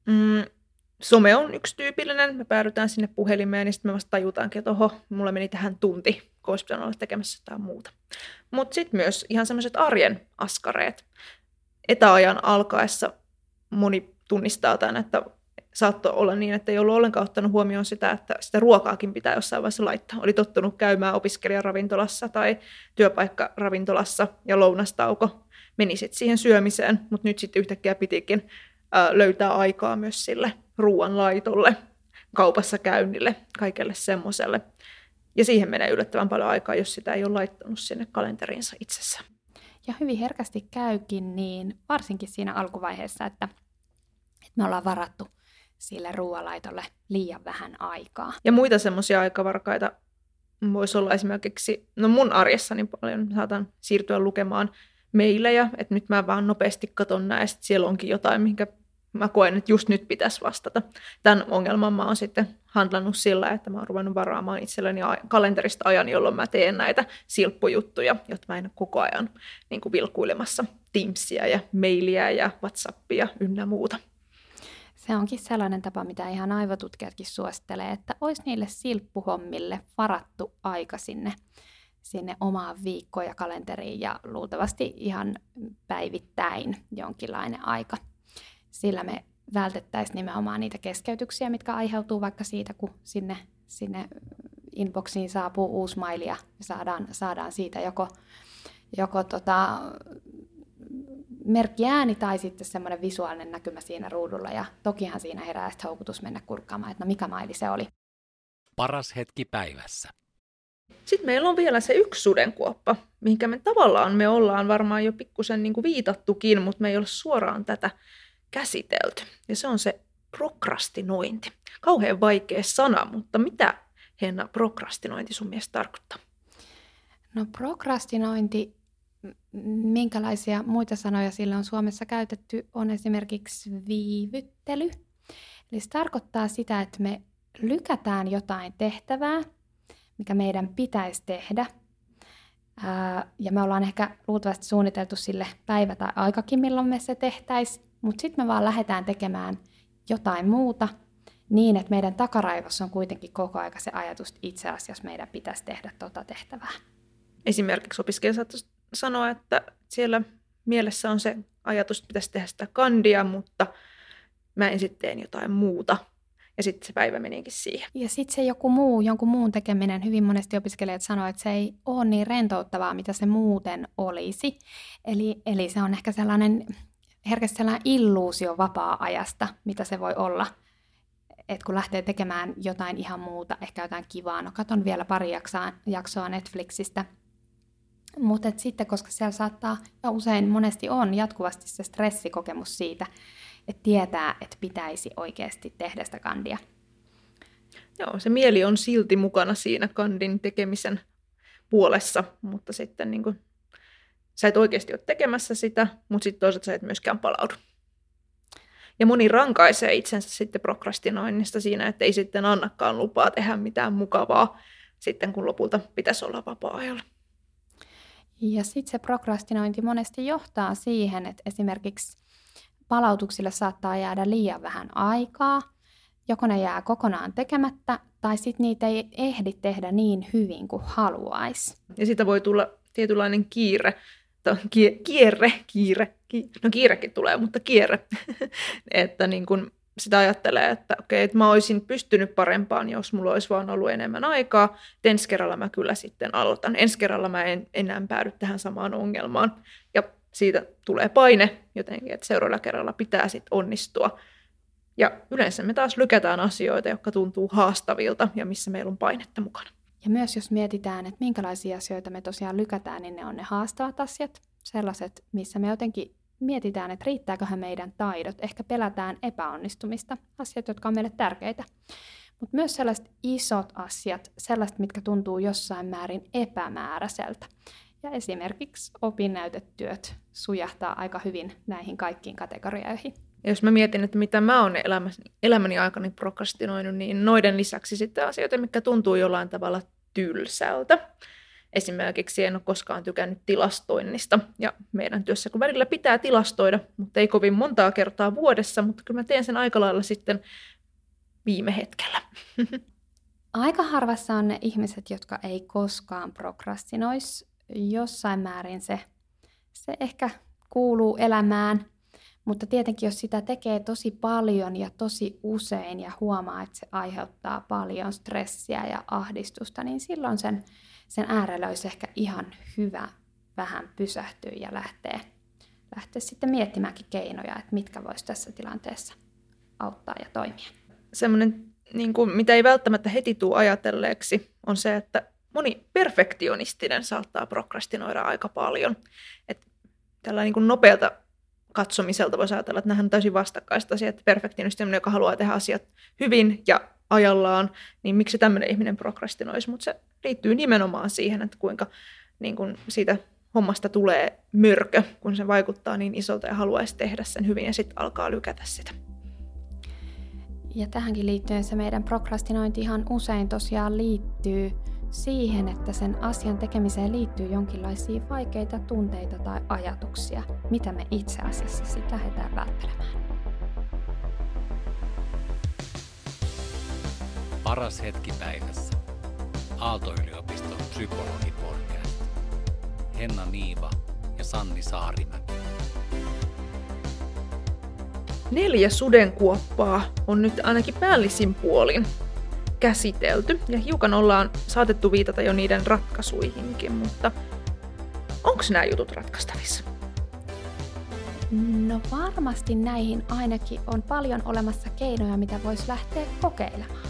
Some on yksi tyypillinen. Me päädytään sinne puhelimeen ja sitten me vasta tajutaankin, että oho, mulla meni tähän tunti, kun olisi pitänyt olla tekemässä jotain muuta. Mutta sitten myös ihan sellaiset arjen askareet. Etäajan alkaessa moni tunnistaa tämän, että saattoi olla niin, että ei ollut ollenkaan ottanut huomioon sitä, että sitä ruokaakin pitää jossain vaiheessa laittaa. Oli tottunut käymään opiskelijaravintolassa tai työpaikkaravintolassa ja lounastauko meni sitten siihen syömiseen, mutta nyt sitten yhtäkkiä pitikin löytää aikaa myös sille ruoanlaitolle, kaupassa käynnille, kaikelle semmoiselle. Ja siihen menee yllättävän paljon aikaa, jos sitä ei ole laittanut sinne kalenteriinsa itsessään. Ja hyvin herkästi käykin niin, varsinkin siinä alkuvaiheessa, että me ollaan varattu sille ruoanlaitolle liian vähän aikaa. Ja muita semmoisia aikavarkaita voisi olla esimerkiksi, mun arjessani paljon saatan siirtyä lukemaan mailejä, että nyt mä vaan nopeasti katson näistä, siellä onkin jotain, minkä mä koen, että just nyt pitäisi vastata. Tämän ongelman mä oon sitten handlannut sillä, että mä oon ruvennut varaamaan itselleni kalenterista ajan, jolloin mä teen näitä silppujuttuja, jotta mä en ole koko ajan niin kuin vilkuilemassa Teamsia ja mailia ja WhatsAppia ynnä muuta. Se onkin sellainen tapa, mitä ihan aivotutkijatkin suosittelee, että olisi niille silppuhommille varattu aika sinne omaan viikkoon ja kalenteriin ja luultavasti ihan päivittäin jonkinlainen aika. Sillä me vältettäisiin nimenomaan niitä keskeytyksiä, mitkä aiheutuu vaikka siitä, kun sinne inboxiin saapuu uusi maili ja saadaan siitä joko merkkiääni tai sitten semmoinen visuaalinen näkymä siinä ruudulla. Ja tokihan siinä herää sitten houkutus mennä kurkkaamaan, että no mikä maili se oli. Paras hetki päivässä. Sitten meillä on vielä se yksi sudenkuoppa, mihinkä me ollaan varmaan jo pikkusen niin kuin viitattukin, mutta me ei ole suoraan tätä käsitelty. Ja se on se prokrastinointi. Kauhean vaikea sana, mutta mitä, Henna, prokrastinointi sun mielestä tarkoittaa? No prokrastinointi, minkälaisia muita sanoja sillä on Suomessa käytetty, on esimerkiksi viivyttely. Eli se tarkoittaa sitä, että me lykätään jotain tehtävää, mikä meidän pitäisi tehdä. Ja me ollaan ehkä luultavasti suunniteltu sille päivä tai aikakin, milloin me se tehtäisiin. Mutta sitten me vaan lähdetään tekemään jotain muuta niin, että meidän takaraivossa on kuitenkin koko ajan se ajatus, että itse asiassa meidän pitäisi tehdä tuota tehtävää. Esimerkiksi opiskelija saattaisi sanoa, että siellä mielessä on se ajatus, että pitäisi tehdä sitä kandia, mutta mä en sitten teen jotain muuta. Ja sitten se päivä menikin siihen. Ja sitten se jonkun muun tekeminen, hyvin monesti opiskelijat sanoo, että se ei ole niin rentouttavaa, mitä se muuten olisi. Eli se on ehkä herkästi sellainen illuusio vapaa-ajasta, mitä se voi olla. Että kun lähtee tekemään jotain ihan muuta, ehkä jotain kivaa, no katon vielä pari jaksoa Netflixistä. Mutta sitten, koska siellä saattaa, ja usein monesti on jatkuvasti se stressikokemus siitä, että tietää, että pitäisi oikeasti tehdä sitä kandia. Joo, se mieli on silti mukana siinä kandin tekemisen puolessa, mutta sitten niin kuin, sä et oikeasti ole tekemässä sitä, mutta sitten toisaalta sä et myöskään palaudu. Ja moni rankaisee itsensä sitten prokrastinoinnista siinä, että ei sitten annakaan lupaa tehdä mitään mukavaa sitten, kun lopulta pitäisi olla vapaa-ajalla. Ja sitten se prokrastinointi monesti johtaa siihen, että esimerkiksi palautuksille saattaa jäädä liian vähän aikaa, joko ne jää kokonaan tekemättä, tai sitten niitä ei ehdi tehdä niin hyvin kuin haluaisi. Ja siitä voi tulla tietynlainen kiirekin tulee, mutta kierre, että niin kun sitä ajattelee, että okei, että mä olisin pystynyt parempaan, jos mulla olisi vaan ollut enemmän aikaa, että ensi kerralla mä kyllä sitten aloitan. Ensi kerralla mä en enää päädy tähän samaan ongelmaan. Ja siitä tulee paine jotenkin, että seuraavalla kerralla pitää sitten onnistua. Ja yleensä me taas lykätään asioita, jotka tuntuu haastavilta ja missä meillä on painetta mukana. Ja myös jos mietitään, että minkälaisia asioita me tosiaan lykätään, niin ne on ne haastavat asiat. Sellaiset, missä me jotenkin mietitään, että riittääköhän meidän taidot. Ehkä pelätään epäonnistumista, asiat, jotka on meille tärkeitä. Mutta myös sellaiset isot asiat, sellaiset, mitkä tuntuu jossain määrin epämääräiseltä. Ja esimerkiksi opinnäytetyöt sujahtaa aika hyvin näihin kaikkiin kategorioihin. Ja jos mä mietin, että mitä mä oon elämäni aikana prokrastinoinut, niin noiden lisäksi sitten asioita, mitkä tuntuu jollain tavalla tylsältä. Esimerkiksi en ole koskaan tykännyt tilastoinnista. Ja meidän työssä, kun välillä pitää tilastoida, mutta ei kovin montaa kertaa vuodessa, mutta kyllä mä teen sen aika lailla sitten viime hetkellä. Aika harvassa on ne ihmiset, jotka ei koskaan prokrastinoisi. Jossain määrin se ehkä kuuluu elämään, mutta tietenkin jos sitä tekee tosi paljon ja tosi usein ja huomaa, että se aiheuttaa paljon stressiä ja ahdistusta, niin silloin sen äärellä olisi ehkä ihan hyvä vähän pysähtyä ja lähteä sitten miettimäänkin keinoja, että mitkä voisi tässä tilanteessa auttaa ja toimia. Semmoinen, niin kuin, mitä ei välttämättä heti tule ajatelleeksi, on se, että moni perfektionistinen saattaa prokrastinoida aika paljon. Että tällä niin kuin nopealta katsomiselta voisi ajatella, että nämähän on täysin vastakkaista asiat. Perfektionistinen, joka haluaa tehdä asiat hyvin ja ajallaan, niin miksi tämmöinen ihminen prokrastinoisi? Mutta se liittyy nimenomaan siihen, että kuinka niin kuin siitä hommasta tulee mörkö, kun se vaikuttaa niin isolta ja haluaisi tehdä sen hyvin ja sitten alkaa lykätä sitä. Ja tähänkin liittyen se meidän prokrastinointi ihan usein tosiaan liittyy siihen, että sen asian tekemiseen liittyy jonkinlaisia vaikeita tunteita tai ajatuksia, mitä me itse asiassa sitten lähdetään välttelemään. Paras hetki päivässä. Aalto-yliopiston psykologipodcast. Henna Niiva ja Sanni Saarimäki. 4 sudenkuoppaa on nyt ainakin päällisin puolin käsitelty ja hiukan ollaan saatettu viitata jo niiden ratkaisuihinkin, mutta onko nämä jutut ratkaistavissa? No varmasti näihin ainakin on paljon olemassa keinoja, mitä voisi lähteä kokeilemaan.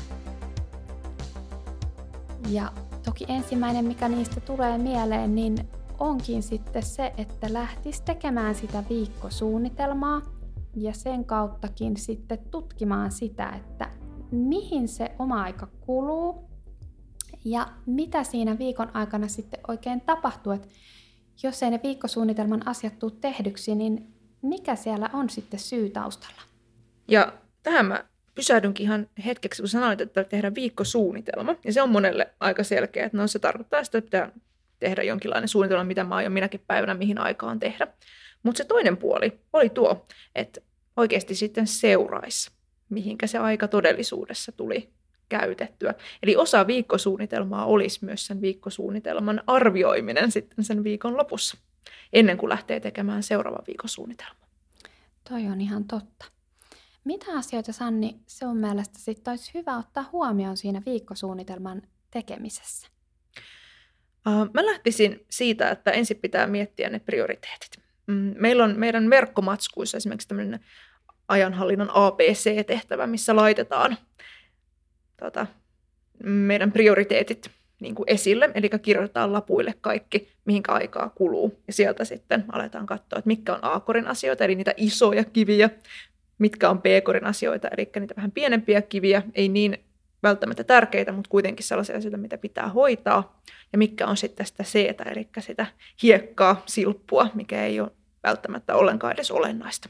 Ja toki ensimmäinen, mikä niistä tulee mieleen, niin onkin sitten se, että lähtisi tekemään sitä viikkosuunnitelmaa ja sen kauttakin sitten tutkimaan sitä, että mihin se oma aika kuluu ja mitä siinä viikon aikana sitten oikein tapahtuu. Että jos ei ne viikkosuunnitelman asiat tule tehdyksi, niin mikä siellä on sitten syy taustalla? Ja tähän mä pysähdynkin ihan hetkeksi, kun sanoit, että tehdään viikkosuunnitelma. Ja se on monelle aika selkeä, että no se tarkoittaa sitä, että pitää tehdä jonkinlainen suunnitelma, mitä mä aion minäkin päivänä, mihin aikaan tehdä. Mutta se toinen puoli oli tuo, että oikeasti sitten seuraisi, mihinkä se aika todellisuudessa tuli käytettyä. Eli osa viikkosuunnitelmaa olisi myös sen viikkosuunnitelman arvioiminen sitten sen viikon lopussa, ennen kuin lähtee tekemään seuraava viikkosuunnitelma. Toi on ihan totta. Mitä asioita, Sanni, sun mielestä sitten olisi hyvä ottaa huomioon siinä viikkosuunnitelman tekemisessä? Mä lähtisin siitä, että ensin pitää miettiä ne prioriteetit. Meillä on meidän verkkomatskuissa esimerkiksi tämmöinen ajanhallinnan ABC-tehtävä, missä laitetaan meidän prioriteetit niin kuin esille, eli kirjoitetaan lapuille kaikki, mihinkä aikaa kuluu. Ja sieltä sitten aletaan katsoa, että mitkä on A-korin asioita, eli niitä isoja kiviä, mitkä on B-korin asioita, eli niitä vähän pienempiä kiviä, ei niin välttämättä tärkeitä, mutta kuitenkin sellaisia asioita, mitä pitää hoitaa, ja mitkä on sitten sitä C-tä, eli sitä hiekkaa, silppua, mikä ei ole välttämättä ollenkaan edes olennaista.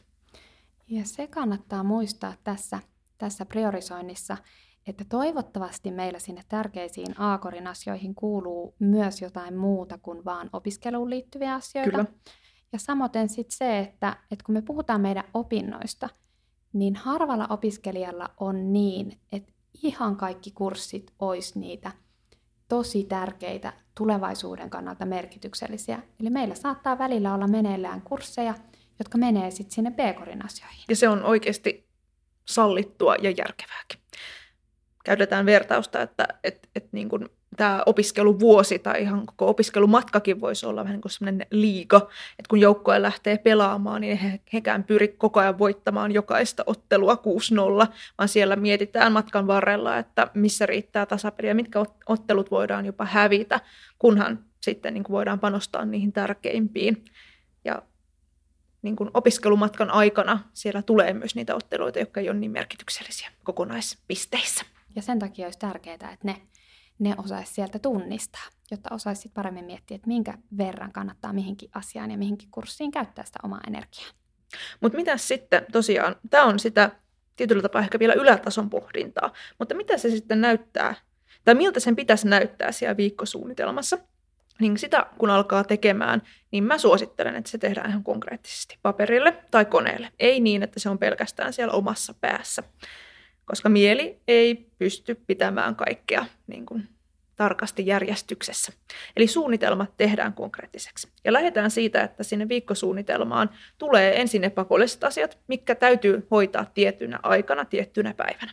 Ja se kannattaa muistaa tässä priorisoinnissa, että toivottavasti meillä sinne tärkeisiin A-korin asioihin kuuluu myös jotain muuta kuin vaan opiskeluun liittyviä asioita. Kyllä. Ja samoin sitten se, että kun me puhutaan meidän opinnoista, niin harvalla opiskelijalla on niin, että ihan kaikki kurssit olisi niitä tosi tärkeitä, tulevaisuuden kannalta merkityksellisiä. Eli meillä saattaa välillä olla meneillään kursseja, jotka menee sitten sinne B-korin asioihin. Ja se on oikeasti sallittua ja järkevääkin. Käytetään vertausta, että niin kuin tämä opiskeluvuosi tai ihan koko opiskelumatkakin voisi olla vähän niin kuin sellainen liiga, että kun joukkue lähtee pelaamaan, niin hekään pyri koko ajan voittamaan jokaista ottelua 6-0, vaan siellä mietitään matkan varrella, että missä riittää tasapeliä, mitkä ottelut voidaan jopa hävitä, kunhan sitten niin kuin voidaan panostaa niihin tärkeimpiin. Ja niin kuin opiskelumatkan aikana siellä tulee myös niitä otteluita, jotka ei ole niin merkityksellisiä kokonaispisteissä. Ja sen takia olisi tärkeää, että ne osaisi sieltä tunnistaa, jotta osaisi paremmin miettiä, että minkä verran kannattaa mihinkin asiaan ja mihinkin kurssiin käyttää sitä omaa energiaa. Mutta mitä sitten tosiaan, tämä on sitä tietyllä tapaa ehkä vielä ylätason pohdintaa, mutta mitä se sitten näyttää, tai miltä sen pitäisi näyttää siellä viikkosuunnitelmassa, niin sitä kun alkaa tekemään, niin mä suosittelen, että se tehdään ihan konkreettisesti paperille tai koneelle. Ei niin, että se on pelkästään siellä omassa päässä, koska mieli ei pysty pitämään kaikkea niin kuin tarkasti järjestyksessä. Eli suunnitelmat tehdään konkreettiseksi. Ja lähdetään siitä, että sinne viikkosuunnitelmaan tulee ensin ne pakolliset asiat, mitkä täytyy hoitaa tiettynä aikana, tiettynä päivänä.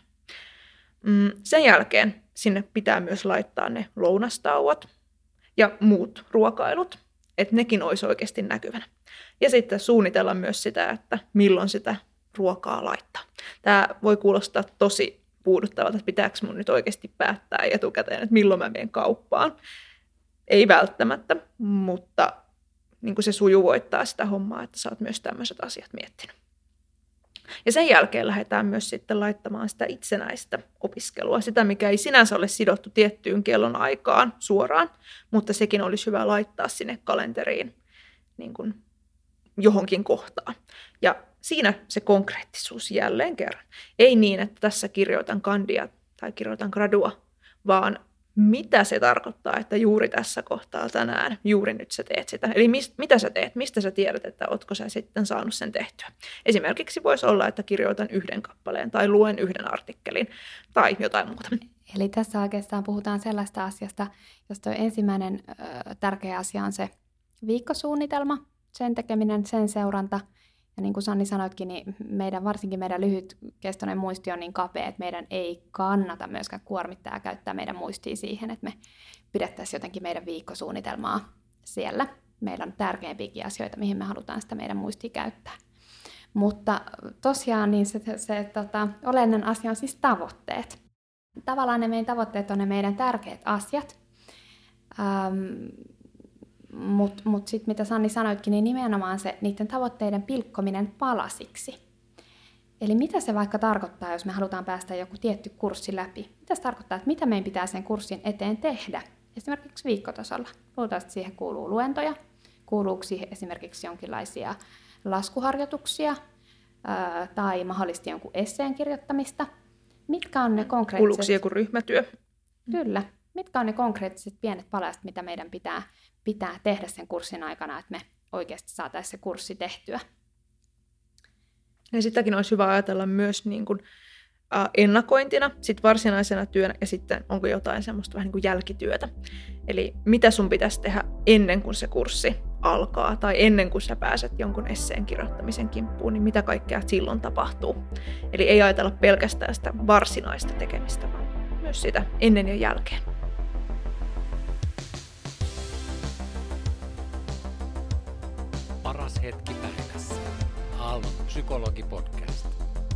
Sen jälkeen sinne pitää myös laittaa ne lounastauot ja muut ruokailut, että nekin olisi oikeasti näkyvänä. Ja sitten suunnitella myös sitä, että milloin sitä ruokaa laittaa. Tämä voi kuulostaa tosi puuduttavalta, että pitääkö mun nyt oikeasti päättää etukäteen, että milloin mä menen kauppaan. Ei välttämättä, mutta niin kuin se sujuvoittaa sitä hommaa, että sä oot myös tämmöiset asiat miettinyt. Ja sen jälkeen lähdetään myös sitten laittamaan sitä itsenäistä opiskelua, sitä mikä ei sinänsä ole sidottu tiettyyn kellonaikaan suoraan, mutta sekin olisi hyvä laittaa sinne kalenteriin niin kuin johonkin kohtaan. Ja siinä se konkreettisuus jälleen kerran. Ei niin, että tässä kirjoitan kandia tai kirjoitan gradua, vaan mitä se tarkoittaa, että juuri tässä kohtaa tänään, juuri nyt sä teet sitä. Eli mitä sä teet, mistä sä tiedät, että ootko sä sitten saanut sen tehtyä. Esimerkiksi voisi olla, että kirjoitan yhden kappaleen tai luen yhden artikkelin tai jotain muuta. Eli tässä oikeastaan puhutaan sellaista asiasta, jos tuo ensimmäinen tärkeä asia on se viikkosuunnitelma, sen tekeminen, sen seuranta. Ja niin kuin Sanni sanoitkin, niin varsinkin meidän lyhytkestoinen muisti on niin kapea, että meidän ei kannata myöskään kuormittaa ja käyttää meidän muistia siihen, että me pidettäisiin jotenkin meidän viikkosuunnitelmaa siellä. Meillä on tärkeimpiäkin asioita, mihin me halutaan sitä meidän muistia käyttää. Mutta tosiaan niin se olennainen asia on siis tavoitteet. Tavallaan ne meidän tavoitteet on ne meidän tärkeät asiat. Mutta sitten mitä Sanni sanoitkin, niin nimenomaan se niiden tavoitteiden pilkkominen palasiksi. Eli mitä se vaikka tarkoittaa, jos me halutaan päästä joku tietty kurssi läpi? Mitä se tarkoittaa, että mitä meidän pitää sen kurssin eteen tehdä? Esimerkiksi viikkotasolla. Luultavasti siihen kuuluu luentoja, kuuluuko siihen esimerkiksi jonkinlaisia laskuharjoituksia tai mahdollisesti jonkun esseen kirjoittamista. Mitkä on ne konkreettiset... Kuuluuko siihen joku ryhmätyö? Kyllä. Mitkä on ne konkreettiset pienet palaset, mitä meidän pitää tehdä sen kurssin aikana, että me oikeasti saataisiin se kurssi tehtyä? Ja sitäkin olisi hyvä ajatella myös niin kuin, ennakointina, sitten varsinaisena työnä ja sitten onko jotain semmoista vähän niin kuin jälkityötä. Eli mitä sun pitäisi tehdä ennen kuin se kurssi alkaa tai ennen kuin sä pääset jonkun esseen kirjoittamisen kimppuun, niin mitä kaikkea silloin tapahtuu. Eli ei ajatella pelkästään sitä varsinaista tekemistä, vaan myös sitä ennen ja jälkeen. Paras hetki päivässä. Aallon psykologipodcast.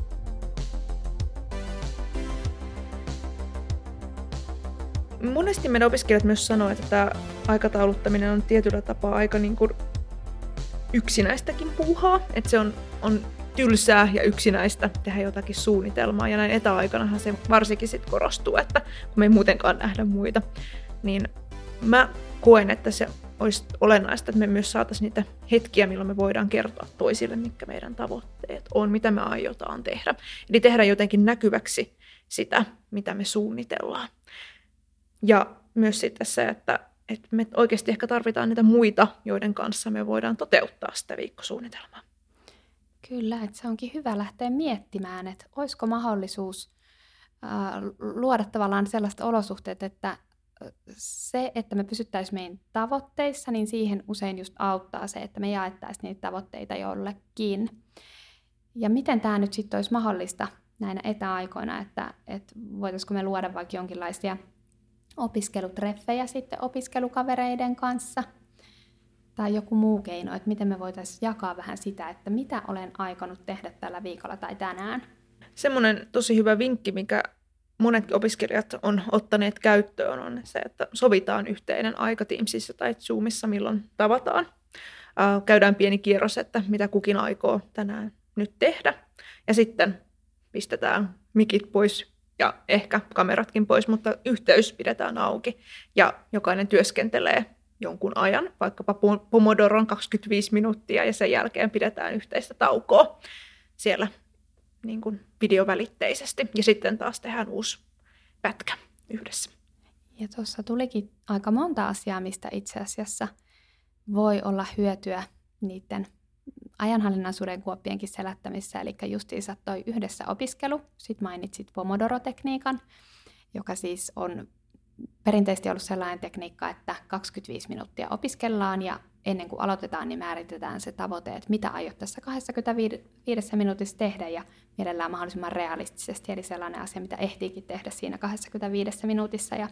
Monesti meidän opiskelijat myös sanoo, että tämä aikatauluttaminen on tietyllä tapaa aika niin kuin yksinäistäkin puuhaa. Että se on tylsää ja yksinäistä tehdä jotakin suunnitelmaa. Ja näin etäaikanahan se varsinkin sit korostuu, että kun me ei muutenkaan nähdä muita. Niin mä koen, että se olisi olennaista, että me myös saataisiin niitä hetkiä, milloin me voidaan kertoa toisille, mitkä meidän tavoitteet on, mitä me aiotaan tehdä. Eli tehdä jotenkin näkyväksi sitä, mitä me suunnitellaan. Ja myös sitten se, että me oikeasti ehkä tarvitaan niitä muita, joiden kanssa me voidaan toteuttaa sitä viikkosuunnitelmaa. Kyllä, että se onkin hyvä lähteä miettimään, että olisiko mahdollisuus luoda tavallaan sellaiset olosuhteet, että se, että me pysyttäisiin meidän tavoitteissa, niin siihen usein just auttaa se, että me jaettaisiin niitä tavoitteita jollekin. Ja miten tämä nyt sitten olisi mahdollista näinä etäaikoina, että voitaisiinko me luoda vaikka jonkinlaisia opiskelutreffejä sitten opiskelukavereiden kanssa tai joku muu keino, että miten me voitaisiin jakaa vähän sitä, että mitä olen aikonut tehdä tällä viikolla tai tänään. Semmoinen tosi hyvä vinkki, mikä monet opiskelijat on ottaneet käyttöön, on se, että sovitaan yhteinen aika Teamsissa tai Zoomissa, milloin tavataan. Käydään pieni kierros, että mitä kukin aikoo tänään nyt tehdä. Ja sitten pistetään mikit pois ja ehkä kameratkin pois, mutta yhteys pidetään auki. Ja jokainen työskentelee jonkun ajan, vaikkapa Pomodoron 25 minuuttia, ja sen jälkeen pidetään yhteistä taukoa siellä niin kuin videovälitteisesti. Ja sitten taas tehdään uusi pätkä yhdessä. Ja tuossa tulikin aika monta asiaa, mistä itse asiassa voi olla hyötyä niiden ajanhallinnan sudenkuoppienkin selättämissä. Eli justiinsa toi yhdessä opiskelu, sitten mainitsit Pomodoro-tekniikan, joka siis on perinteisesti ollut sellainen tekniikka, että 25 minuuttia opiskellaan ja ennen kuin aloitetaan, niin määritetään se tavoite, että mitä aiot tässä 25 minuutissa tehdä ja mielellään mahdollisimman realistisesti, eli sellainen asia, mitä ehtiikin tehdä siinä 25 minuutissa ja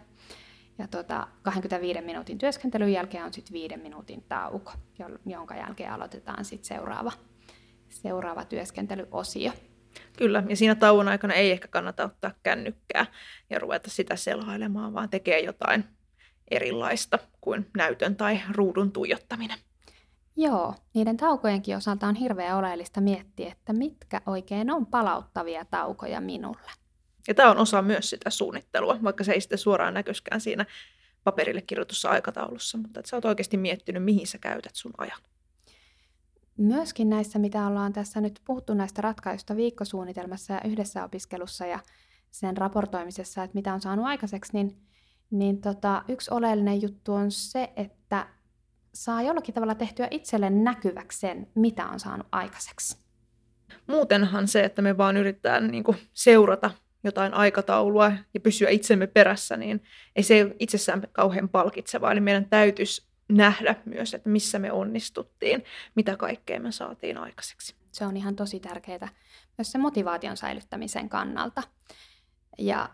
25 minuutin työskentelyn jälkeen on sitten 5 minuutin tauko, jonka jälkeen aloitetaan sitten seuraava työskentelyosio. Kyllä, ja siinä tauon aikana ei ehkä kannata ottaa kännykkää ja ruveta sitä selhailemaan, vaan tekee jotain erilaista kuin näytön tai ruudun tuijottaminen. Joo, niiden taukojenkin osalta on hirveän oleellista miettiä, että mitkä oikein on palauttavia taukoja minulle. Ja tämä on osa myös sitä suunnittelua, vaikka se ei sitten suoraan näköskään siinä paperille kirjoitussa aikataulussa, mutta että sä oot oikeasti miettinyt, mihin sä käytät sun ajan. Myöskin näissä, mitä ollaan tässä nyt puhuttu näistä ratkaisuista viikkosuunnitelmassa ja yhdessä opiskelussa ja sen raportoimisessa, että mitä on saanut aikaiseksi, niin yksi oleellinen juttu on se, että saa jollakin tavalla tehtyä itselle näkyväksi sen, mitä on saanut aikaiseksi. Muutenhan se, että me vaan yritetään seurata jotain aikataulua ja pysyä itsemme perässä, niin ei se ole itsessään kauhean palkitsevaa. Eli meidän täytyisi nähdä myös, että missä me onnistuttiin, mitä kaikkea me saatiin aikaiseksi. Se on ihan tosi tärkeää myös se motivaation säilyttämisen kannalta. Ja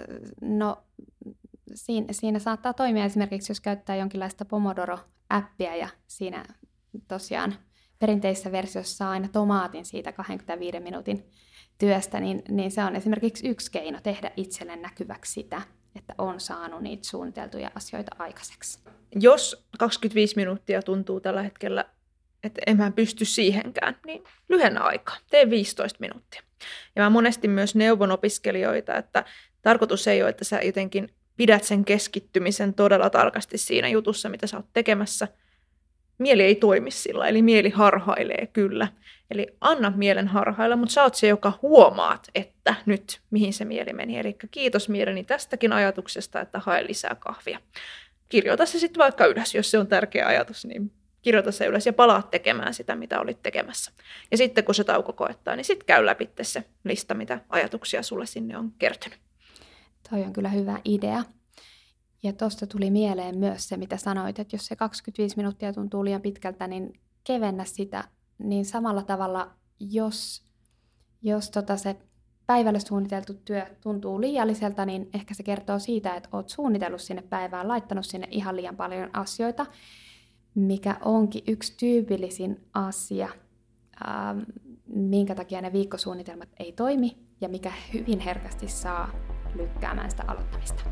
siinä saattaa toimia esimerkiksi, jos käyttää jonkinlaista Pomodoro-appia ja siinä tosiaan perinteisessä versiossa saa aina tomaatin siitä 25 minuutin työstä, niin se on esimerkiksi yksi keino tehdä itselle näkyväksi sitä, että on saanut niitä suunniteltuja asioita aikaiseksi. Jos 25 minuuttia tuntuu tällä hetkellä, että en mä pysty siihenkään, niin lyhennä aikaa. Tee 15 minuuttia. Ja mä monesti myös neuvon opiskelijoita, että tarkoitus ei ole, että sä jotenkin pidät sen keskittymisen todella tarkasti siinä jutussa, mitä sä oot tekemässä. Mieli ei toimi sillä, eli mieli harhailee kyllä. Eli anna mielen harhailla, mutta sä oot se, joka huomaat, että nyt mihin se mieli meni. Eli kiitos mieleni tästäkin ajatuksesta, että hae lisää kahvia. Kirjoita se sitten vaikka ylös, jos se on tärkeä ajatus, niin kirjoita se ylös ja palaa tekemään sitä, mitä olit tekemässä. Ja sitten kun se tauko koettaa, niin sitten käy läpi se lista, mitä ajatuksia sulle sinne on kertynyt. Toi on kyllä hyvä idea. Ja tuosta tuli mieleen myös se, mitä sanoit, että jos se 25 minuuttia tuntuu liian pitkältä, niin kevennä sitä. Niin samalla tavalla, jos se päivälle suunniteltu työ tuntuu liialliselta, niin ehkä se kertoo siitä, että olet suunnitellut sinne päivään, laittanut sinne ihan liian paljon asioita, mikä onkin yksi tyypillisin asia, minkä takia ne viikkosuunnitelmat ei toimi ja mikä hyvin herkästi saa lykkäämään sitä aloittamista.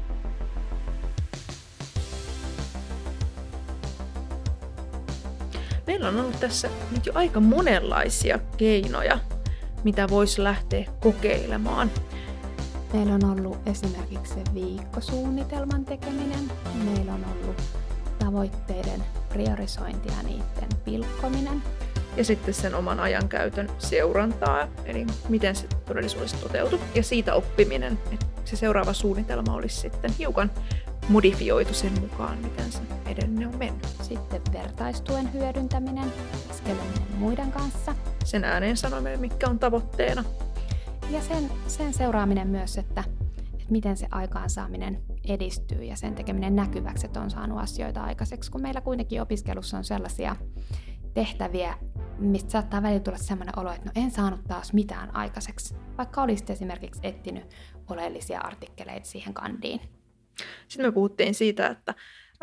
Meillä on ollut tässä nyt jo aika monenlaisia keinoja, mitä voisi lähteä kokeilemaan. Meillä on ollut esimerkiksi se viikkosuunnitelman tekeminen. Meillä on ollut tavoitteiden priorisointi ja niiden pilkkominen. Ja sitten sen oman ajankäytön seurantaa, eli miten se todellisuudessa toteutuu. Ja siitä oppiminen, että se seuraava suunnitelma olisi sitten hiukan modifioitu sen mukaan, miten se edellinen on mennyt. Sitten vertaistuen hyödyntäminen, askeleminen muiden kanssa. Sen ääneen sanominen, mikä on tavoitteena. Ja sen seuraaminen myös, että miten se aikaansaaminen edistyy ja sen tekeminen näkyväksi, että on saanut asioita aikaiseksi. Kun meillä kuitenkin opiskelussa on sellaisia tehtäviä, mistä saattaa välillä tulla sellainen olo, että no en saanut taas mitään aikaiseksi, vaikka olisit esimerkiksi etsinyt oleellisia artikkeleita siihen kandiin. Sitten me puhuttiin siitä, että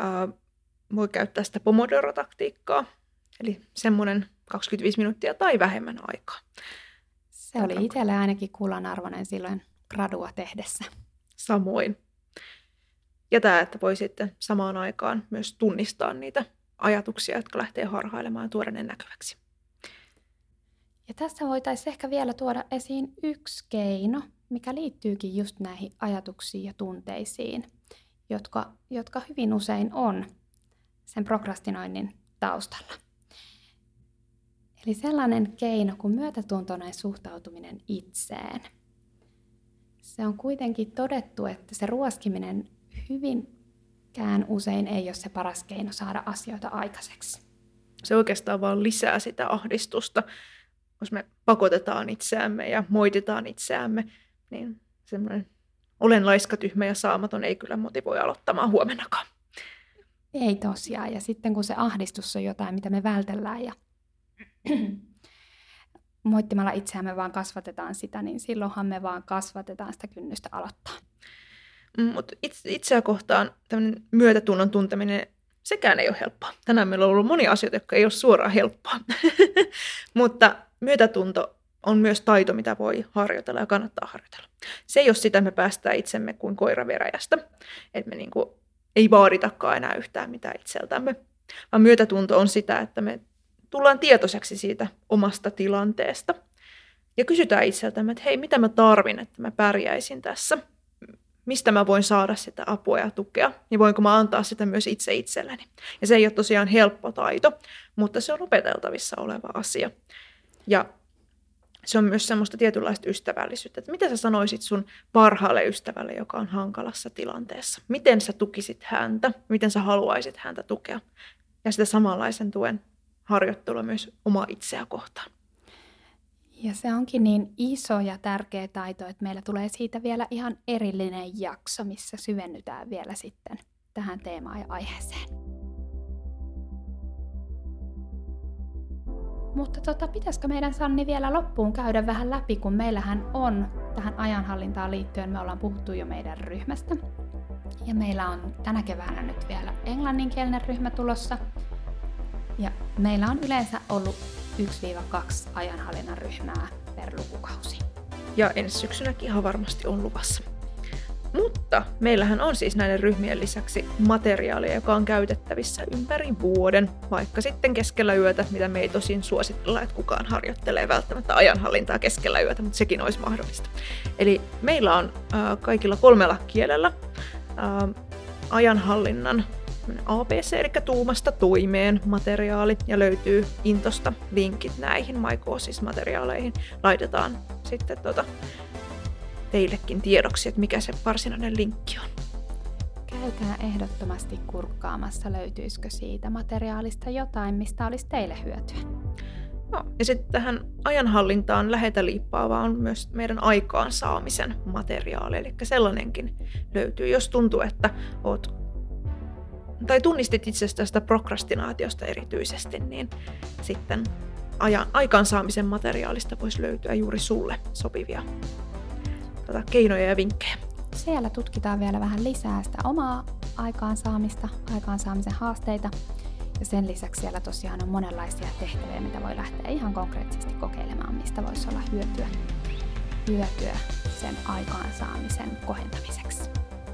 voi käyttää sitä Pomodoro-taktiikkaa, eli semmoinen 25 minuuttia tai vähemmän aikaa. Se oli itselle ainakin kullanarvoinen silloin gradua tehdessä. Samoin. Ja tämä, että voi sitten samaan aikaan myös tunnistaa niitä ajatuksia, jotka lähtee harhailemaan ja tuoda ne näkyväksi. Ja tässä voitaisiin ehkä vielä tuoda esiin yksi keino, mikä liittyykin just näihin ajatuksiin ja tunteisiin, jotka hyvin usein on sen prokrastinoinnin taustalla. Eli sellainen keino kuin myötätuntoinen suhtautuminen itseen. Se on kuitenkin todettu, että se ruoskiminen hyvinkään usein ei ole se paras keino saada asioita aikaiseksi. Se oikeastaan vaan lisää sitä ahdistusta. Jos me pakotetaan itseämme ja moititaan itseämme, niin semmoinen olen laiska, tyhmä ja saamaton ei kyllä motivoi aloittamaan huomennakaan. Ei tosiaan. Ja sitten kun se ahdistus on jotain, mitä me vältellään ja moittimalla itseämme vaan kasvatetaan sitä, niin silloinhan me vaan kasvatetaan sitä kynnystä aloittaa. Mutta itseä kohtaan tämmöinen myötätunnon tunteminen, sekään ei ole helppoa. Tänään meillä on ollut monia asioita, jotka ei ole suoraan helppoa. Mutta myötätunto on myös taito, mitä voi harjoitella ja kannattaa harjoitella. Se ei ole sitä, että me päästään itsemme kuin koira veräjästä. Että me ei vaaditakaan enää yhtään mitään itseltämme. Vaan myötätunto on sitä, että me tullaan tietoiseksi siitä omasta tilanteesta. Ja kysytään itseltämme, että hei, mitä mä tarvin, että mä pärjäisin tässä? Mistä mä voin saada sitä apua ja tukea? Ja voinko mä antaa sitä myös itse itselleni? Ja se ei ole tosiaan helppo taito, mutta se on opeteltavissa oleva asia. Ja se on myös semmoista tietynlaista ystävällisyyttä. Että mitä sä sanoisit sun parhaalle ystävälle, joka on hankalassa tilanteessa? Miten sä tukisit häntä? Miten sä haluaisit häntä tukea? Ja sitä samanlaisen tuen harjoittelua myös omaa itseä kohtaan. Ja se onkin niin iso ja tärkeä taito, että meillä tulee siitä vielä ihan erillinen jakso, missä syvennytään vielä sitten tähän teemaan ja aiheeseen. Mutta pitäisikö meidän, Sanni, vielä loppuun käydä vähän läpi, kun meillähän on tähän ajanhallintaan liittyen, me ollaan puhuttu jo meidän ryhmästä. Ja meillä on tänä keväänä nyt vielä englanninkielinen ryhmä tulossa. Ja meillä on yleensä ollut 1-2 ajanhallinnan ryhmää per lukukausi. Ja ensi syksynäkin ihan varmasti on luvassa. Mutta meillähän on siis näiden ryhmien lisäksi materiaalia, joka on käytettävissä ympäri vuoden, vaikka sitten keskellä yötä, mitä me ei tosin suositella, että kukaan harjoittelee välttämättä ajanhallintaa keskellä yötä, mutta sekin olisi mahdollista. Eli meillä on kaikilla 3 kielellä ajanhallinnan ABC, eli tuumasta toimeen materiaali, ja löytyy Intosta linkit näihin MyCourses-materiaaleihin. Laitetaan sitten teillekin tiedoksi, että mikä se varsinainen linkki on. Käykää ehdottomasti kurkkaamassa, löytyisikö siitä materiaalista jotain, mistä olisi teille hyötyä. No, ja sitten tähän ajanhallintaan lähetä liippaavaa on myös meidän aikaansaamisen materiaali, eli sellainenkin löytyy, jos tuntuu, että tunnistit itsestä tästä prokrastinaatiosta erityisesti, niin sitten aikaansaamisen materiaalista voisi löytyä juuri sulle sopivia keinoja ja vinkkejä. Siellä tutkitaan vielä vähän lisää sitä omaa aikaansaamista, aikaansaamisen haasteita. Ja sen lisäksi siellä tosiaan on monenlaisia tehtäviä, mitä voi lähteä ihan konkreettisesti kokeilemaan, mistä voisi olla hyötyä sen aikaansaamisen kohentamiseksi.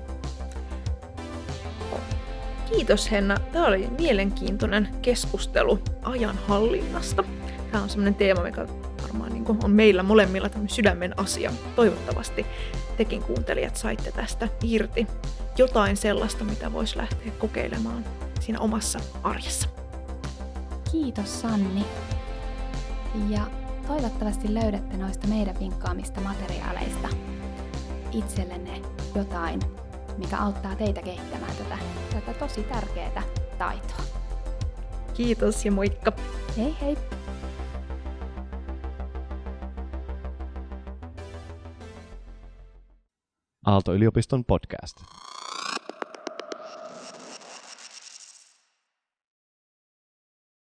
Kiitos Henna. Tämä oli mielenkiintoinen keskustelu ajanhallinnasta. Tämä on sellainen teema, mikä varmaan on meillä molemmilla sydämen asia. Toivottavasti tekin kuuntelijat saitte tästä irti jotain sellaista, mitä voisi lähteä kokeilemaan siinä omassa arjessa. Kiitos Sanni. Ja toivottavasti löydätte noista meidän vinkkaamista materiaaleista itsellenne jotain, mikä auttaa teitä kehittämään tätä tosi tärkeää taitoa. Kiitos ja moikka! Hei hei! Aalto-yliopiston podcast.